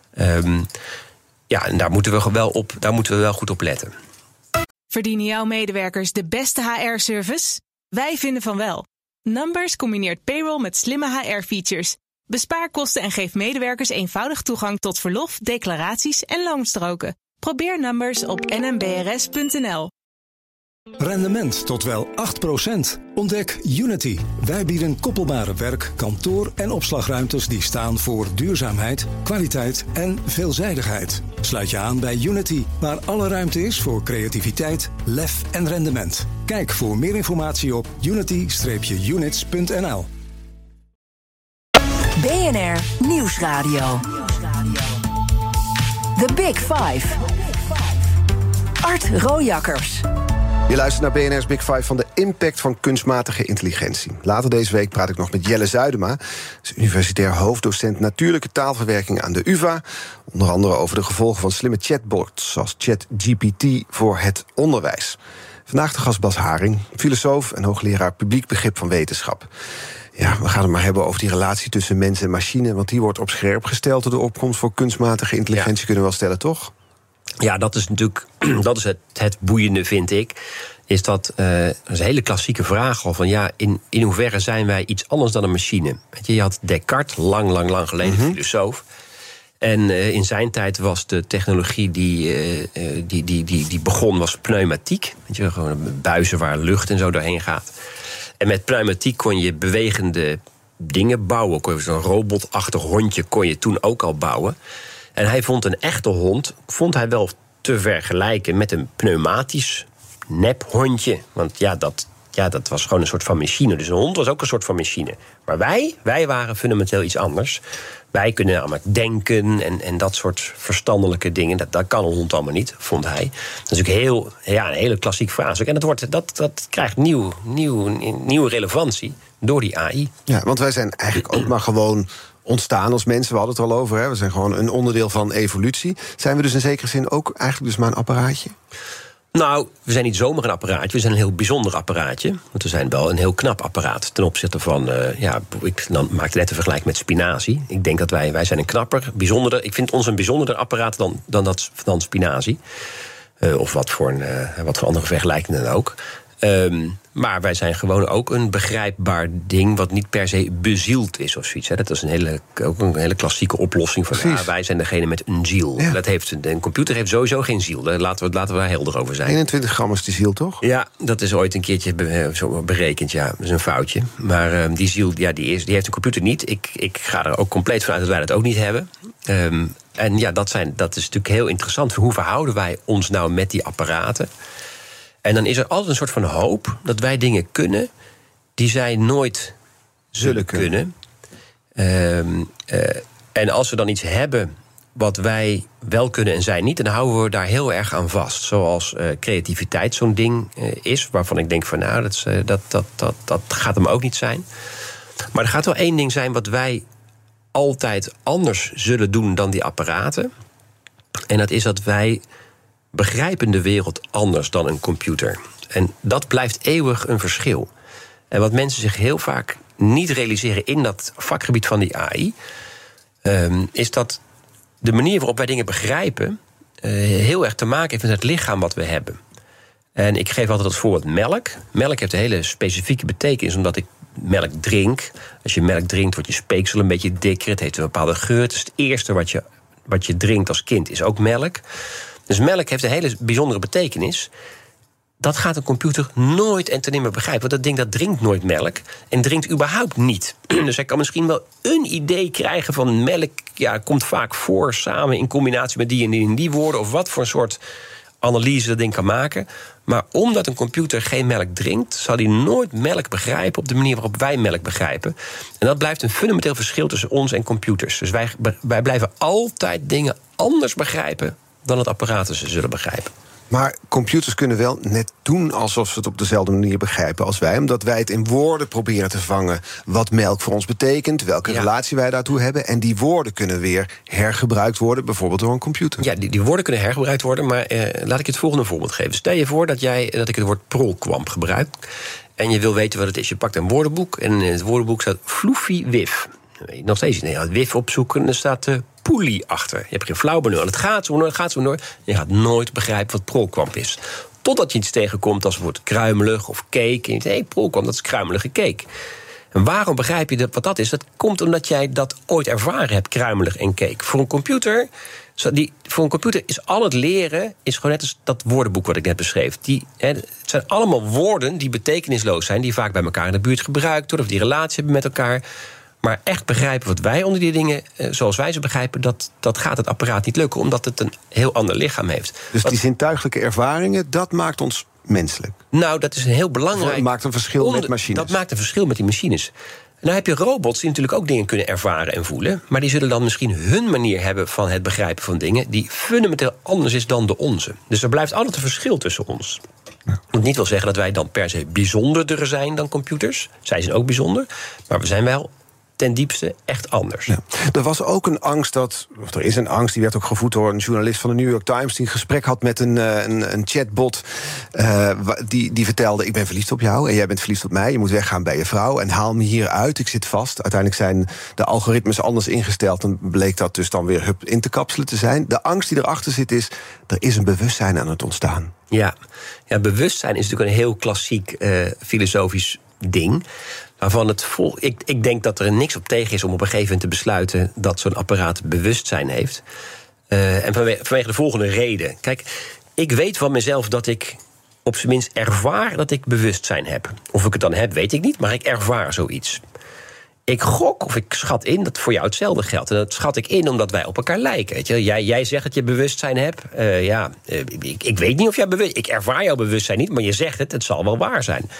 Um, ja, en daar moeten we wel op, daar moeten we wel goed op letten. Verdienen jouw medewerkers de beste H R-service? Wij vinden van wel. Numbers combineert payroll met slimme H R-features. Bespaar kosten en geef medewerkers eenvoudig toegang tot verlof, declaraties en loonstroken. Probeer Numbers op n m b r s punt n l. Rendement tot wel acht procent. Ontdek Unity. Wij bieden koppelbare werk, kantoor en opslagruimtes die staan voor duurzaamheid, kwaliteit en veelzijdigheid. Sluit je aan bij Unity, waar alle ruimte is voor creativiteit, lef en rendement. Kijk voor meer informatie op unity units punt n l. B N R Nieuwsradio. The Big Five. Art Rojakkers. Je luistert naar B N R's Big Five van de impact van kunstmatige intelligentie. Later deze week praat ik nog met Jelle Zuidema. Is universitair hoofddocent natuurlijke taalverwerking aan de U vA. Onder andere over de gevolgen van slimme chatbots zoals ChatGPT voor het onderwijs. Vandaag de gast Bas Haring, filosoof en hoogleraar publiek begrip van wetenschap. Ja, we gaan het maar hebben over die relatie tussen mens en machine, want die wordt op scherp gesteld door de opkomst voor kunstmatige intelligentie, ja. kunnen we wel stellen, toch? Ja, dat is natuurlijk dat is het, het boeiende, vind ik. Is dat, uh, dat is een hele klassieke vraag al van ja, in, in hoeverre zijn wij iets anders dan een machine? Weet je, je had Descartes, lang, lang, lang geleden, mm-hmm. filosoof. En uh, in zijn tijd was de technologie die, uh, die, die, die, die begon, was pneumatiek. Weet je, gewoon buizen waar lucht en zo doorheen gaat. En met pneumatiek kon je bewegende dingen bouwen. Kon je zo'n robotachtig hondje kon je toen ook al bouwen. En hij vond een echte hond, vond hij wel te vergelijken met een pneumatisch nephondje. Want ja dat, ja, dat was gewoon een soort van machine. Dus een hond was ook een soort van machine. Maar wij, wij waren fundamenteel iets anders. Wij kunnen namelijk denken en, en dat soort verstandelijke dingen. Dat, dat kan een hond allemaal niet, vond hij. Dat is natuurlijk heel, ja, een hele klassiek vraagstuk. En dat, wordt, dat, dat krijgt nieuw, nieuw, nieuwe relevantie door die A I. Ja, want wij zijn eigenlijk ook maar gewoon ontstaan als mensen. We hadden het er al over, hè? We zijn gewoon een onderdeel van evolutie. Zijn we dus in zekere zin ook eigenlijk dus maar een apparaatje? Nou, we zijn niet zomaar een apparaatje. We zijn een heel bijzonder apparaatje. Want we zijn wel een heel knap apparaat. Ten opzichte van, uh, ja, ik dan maakte net een vergelijk met spinazie. Ik denk dat wij, wij zijn een knapper, bijzonderder. Ik vind ons een bijzonderder apparaat dan, dan, dat, dan spinazie. Uh, of wat voor, een, uh, wat voor andere vergelijkingen dan ook. Um, maar wij zijn gewoon ook een begrijpbaar ding wat niet per se bezield is of zoiets. Hè. Dat is een hele, ook een hele klassieke oplossing van ja, wij zijn degene met een ziel. Ja. Dat heeft, een computer heeft sowieso geen ziel. Laten we, laten we daar helder over zijn. eenentwintig gram is die ziel, toch? Ja, dat is ooit een keertje be, zo berekend. Ja, dat is een foutje. Maar um, die ziel, ja, die, is, die heeft een computer niet. Ik, ik ga er ook compleet vanuit dat wij dat ook niet hebben. Um, en ja, dat, zijn, dat is natuurlijk heel interessant. Hoe verhouden wij ons nou met die apparaten? En dan is er altijd een soort van hoop dat wij dingen kunnen die zij nooit zullen kunnen. kunnen. Um, uh, en als we dan iets hebben wat wij wel kunnen en zij niet, en dan houden we daar heel erg aan vast. Zoals uh, creativiteit zo'n ding uh, is, waarvan ik denk van nou, dat, is, uh, dat, dat, dat, dat gaat hem ook niet zijn. Maar er gaat wel één ding zijn wat wij altijd anders zullen doen dan die apparaten. En dat is dat wij begrijpen de wereld anders dan een computer. En dat blijft eeuwig een verschil. En wat mensen zich heel vaak niet realiseren in dat vakgebied van die A I... Um, is dat de manier waarop wij dingen begrijpen uh, heel erg te maken heeft met het lichaam wat we hebben. En ik geef altijd als voorbeeld melk. Melk heeft een hele specifieke betekenis, omdat ik melk drink. Als je melk drinkt, wordt je speeksel een beetje dikker. Het heeft een bepaalde geur. Het is het eerste wat je, wat je drinkt als kind, is ook melk. Dus melk heeft een hele bijzondere betekenis. Dat gaat een computer nooit en ten nimmer begrijpen. Want dat ding dat drinkt nooit melk en drinkt überhaupt niet. Dus hij kan misschien wel een idee krijgen van melk. Ja, komt vaak voor samen in combinatie met die en die en die woorden. Of wat voor een soort analyse dat ding kan maken. Maar omdat een computer geen melk drinkt, zal hij nooit melk begrijpen op de manier waarop wij melk begrijpen. En dat blijft een fundamenteel verschil tussen ons en computers. Dus wij, wij blijven altijd dingen anders begrijpen dan het apparaten ze zullen begrijpen. Maar computers kunnen wel net doen alsof ze het op dezelfde manier begrijpen als wij, omdat wij het in woorden proberen te vangen wat melk voor ons betekent, welke ja. relatie wij daartoe hebben. En die woorden kunnen weer hergebruikt worden, bijvoorbeeld door een computer. Ja, die, die woorden kunnen hergebruikt worden, maar eh, laat ik je het volgende voorbeeld geven. Stel je voor dat, jij, dat ik het woord prolkwamp gebruik en je wil weten wat het is. Je pakt een woordenboek en in het woordenboek staat floefie wif. Nog steeds niet. Het wif opzoeken en er staat de poelie achter. Je hebt geen flauw benul. Het gaat zo door, het gaat zo door. Je gaat nooit begrijpen wat prolkwamp is. Totdat je iets tegenkomt als het woord kruimelig of cake. En je denkt, hé, hey, prolkwamp, dat is kruimelige cake. En waarom begrijp je dat, wat dat is? Dat komt omdat jij dat ooit ervaren hebt, kruimelig en cake. Voor een computer, die, voor een computer is al het leren is gewoon net als dat woordenboek wat ik net beschreef. Die, hè, het zijn allemaal woorden die betekenisloos zijn, die vaak bij elkaar in de buurt gebruikt worden of die relatie hebben met elkaar. Maar echt begrijpen wat wij onder die dingen, zoals wij ze begrijpen, dat, dat gaat het apparaat niet lukken, omdat het een heel ander lichaam heeft. Dus wat, die zintuigelijke ervaringen, dat maakt ons menselijk? Nou, dat is een heel belangrijk. Dat maakt een verschil onder, met machines. Dat maakt een verschil met die machines. Nou heb je robots die natuurlijk ook dingen kunnen ervaren en voelen, maar die zullen dan misschien hun manier hebben van het begrijpen van dingen die fundamenteel anders is dan de onze. Dus er blijft altijd een verschil tussen ons. Ja. Dat niet wil zeggen dat wij dan per se bijzonderder zijn dan computers. Zij zijn ook bijzonder, maar we zijn wel ten diepste echt anders. Ja. Er was ook een angst dat, of er is een angst, die werd ook gevoed door een journalist van de New York Times, die een gesprek had met een, een, een chatbot, uh, die, die vertelde, ik ben verliefd op jou en jij bent verliefd op mij, je moet weggaan bij je vrouw en haal me hier uit, ik zit vast. Uiteindelijk zijn de algoritmes anders ingesteld en bleek dat dus dan weer hup in te kapselen te zijn. De angst die erachter zit is, er is een bewustzijn aan het ontstaan. Ja, ja bewustzijn is natuurlijk een heel klassiek uh, filosofisch ding. Waarvan het vol, ik, ik denk dat er niks op tegen is om op een gegeven moment te besluiten dat zo'n apparaat bewustzijn heeft. Uh, en vanwege, vanwege de volgende reden. Kijk, ik weet van mezelf dat ik op zijn minst ervaar dat ik bewustzijn heb. Of ik het dan heb, weet ik niet, maar ik ervaar zoiets. Ik gok of ik schat in dat voor jou hetzelfde geldt. En dat schat ik in omdat wij op elkaar lijken. Weet je? Jij, jij zegt dat je bewustzijn hebt. Uh, ja, uh, ik, ik weet niet of jij bewust... Ik ervaar jouw bewustzijn niet, maar je zegt het, het zal wel waar zijn.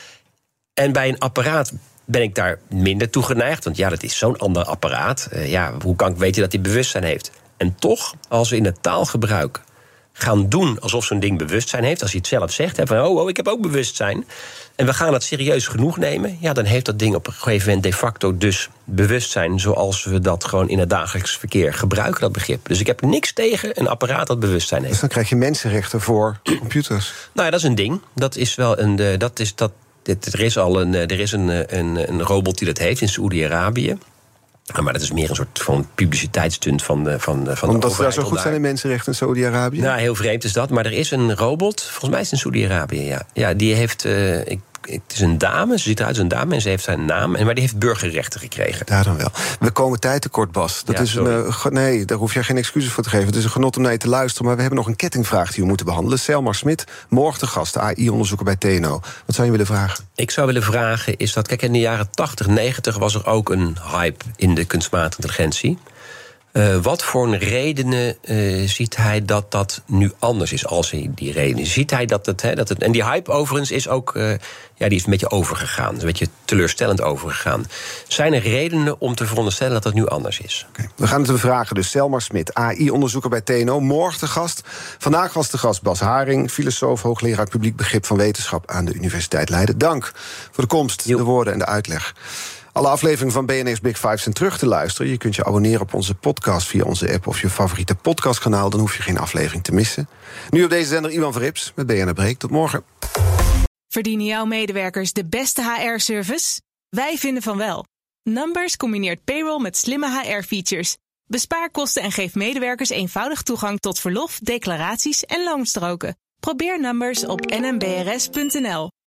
En bij een apparaat ben ik daar minder toe geneigd. Want ja, dat is zo'n ander apparaat. Uh, ja, hoe kan ik weten dat hij bewustzijn heeft? En toch, als we in het taalgebruik gaan doen alsof zo'n ding bewustzijn heeft, als hij het zelf zegt, hè, van oh, oh, ik heb ook bewustzijn, en we gaan dat serieus genoeg nemen, ja, dan heeft dat ding op een gegeven moment de facto dus bewustzijn, zoals we dat gewoon in het dagelijks verkeer gebruiken, dat begrip. Dus ik heb niks tegen een apparaat dat bewustzijn heeft. Dus dan krijg je mensenrechten voor computers. Nou ja, dat is een ding. Dat is wel een, dat is dat. Er is al een, er is een, een, een robot die dat heeft in Saoedi-Arabië. Maar dat is meer een soort van publiciteitsstunt van de, van, van Omdat de ze daar zo goed zijn in mensenrechten in Saoedi-Arabië? Nou, heel vreemd is dat. Maar er is een robot, volgens mij is het in Saoedi-Arabië, ja. Ja, die heeft, uh, ik, het is een dame, ze ziet eruit als een dame en ze heeft zijn naam, maar die heeft burgerrechten gekregen. Daar dan wel. We komen tijd tekort, Bas. Dat ja, is een, uh, nee, daar hoef je geen excuses voor te geven. Het is een genot om naar je te luisteren, maar we hebben nog een kettingvraag die we moeten behandelen. Selma Smit, morgen de gast, A I-onderzoeker bij T N O. Wat zou je willen vragen? Ik zou willen vragen is dat, kijk, in de jaren tachtig, negentig was er ook een hype in de kunstmatige intelligentie. Uh, wat voor redenen uh, ziet hij dat dat nu anders is? Als hij die redenen ziet hij dat het, hè, dat het... En die hype overigens is ook... Uh, ja, die is een beetje overgegaan. Een beetje teleurstellend overgegaan. Zijn er redenen om te veronderstellen dat het nu anders is? Okay. We gaan het bevragen. Dus Selmar Smit, A I-onderzoeker bij T N O. Morgen de gast. Vandaag was de gast Bas Haring, filosoof, hoogleraar publiek begrip van wetenschap aan de Universiteit Leiden. Dank voor de komst, jo. de woorden en de uitleg. Alle afleveringen van B N R's Big Five zijn terug te luisteren. Je kunt je abonneren op onze podcast via onze app of je favoriete podcastkanaal. Dan hoef je geen aflevering te missen. Nu op deze zender Iwan Verrips met B N R Breek. Tot morgen. Verdienen jouw medewerkers de beste H R-service? Wij vinden van wel. Numbers combineert payroll met slimme H R-features. Bespaar kosten en geef medewerkers eenvoudig toegang tot verlof, declaraties en loonstroken. Probeer Numbers op n m b r s punt n l.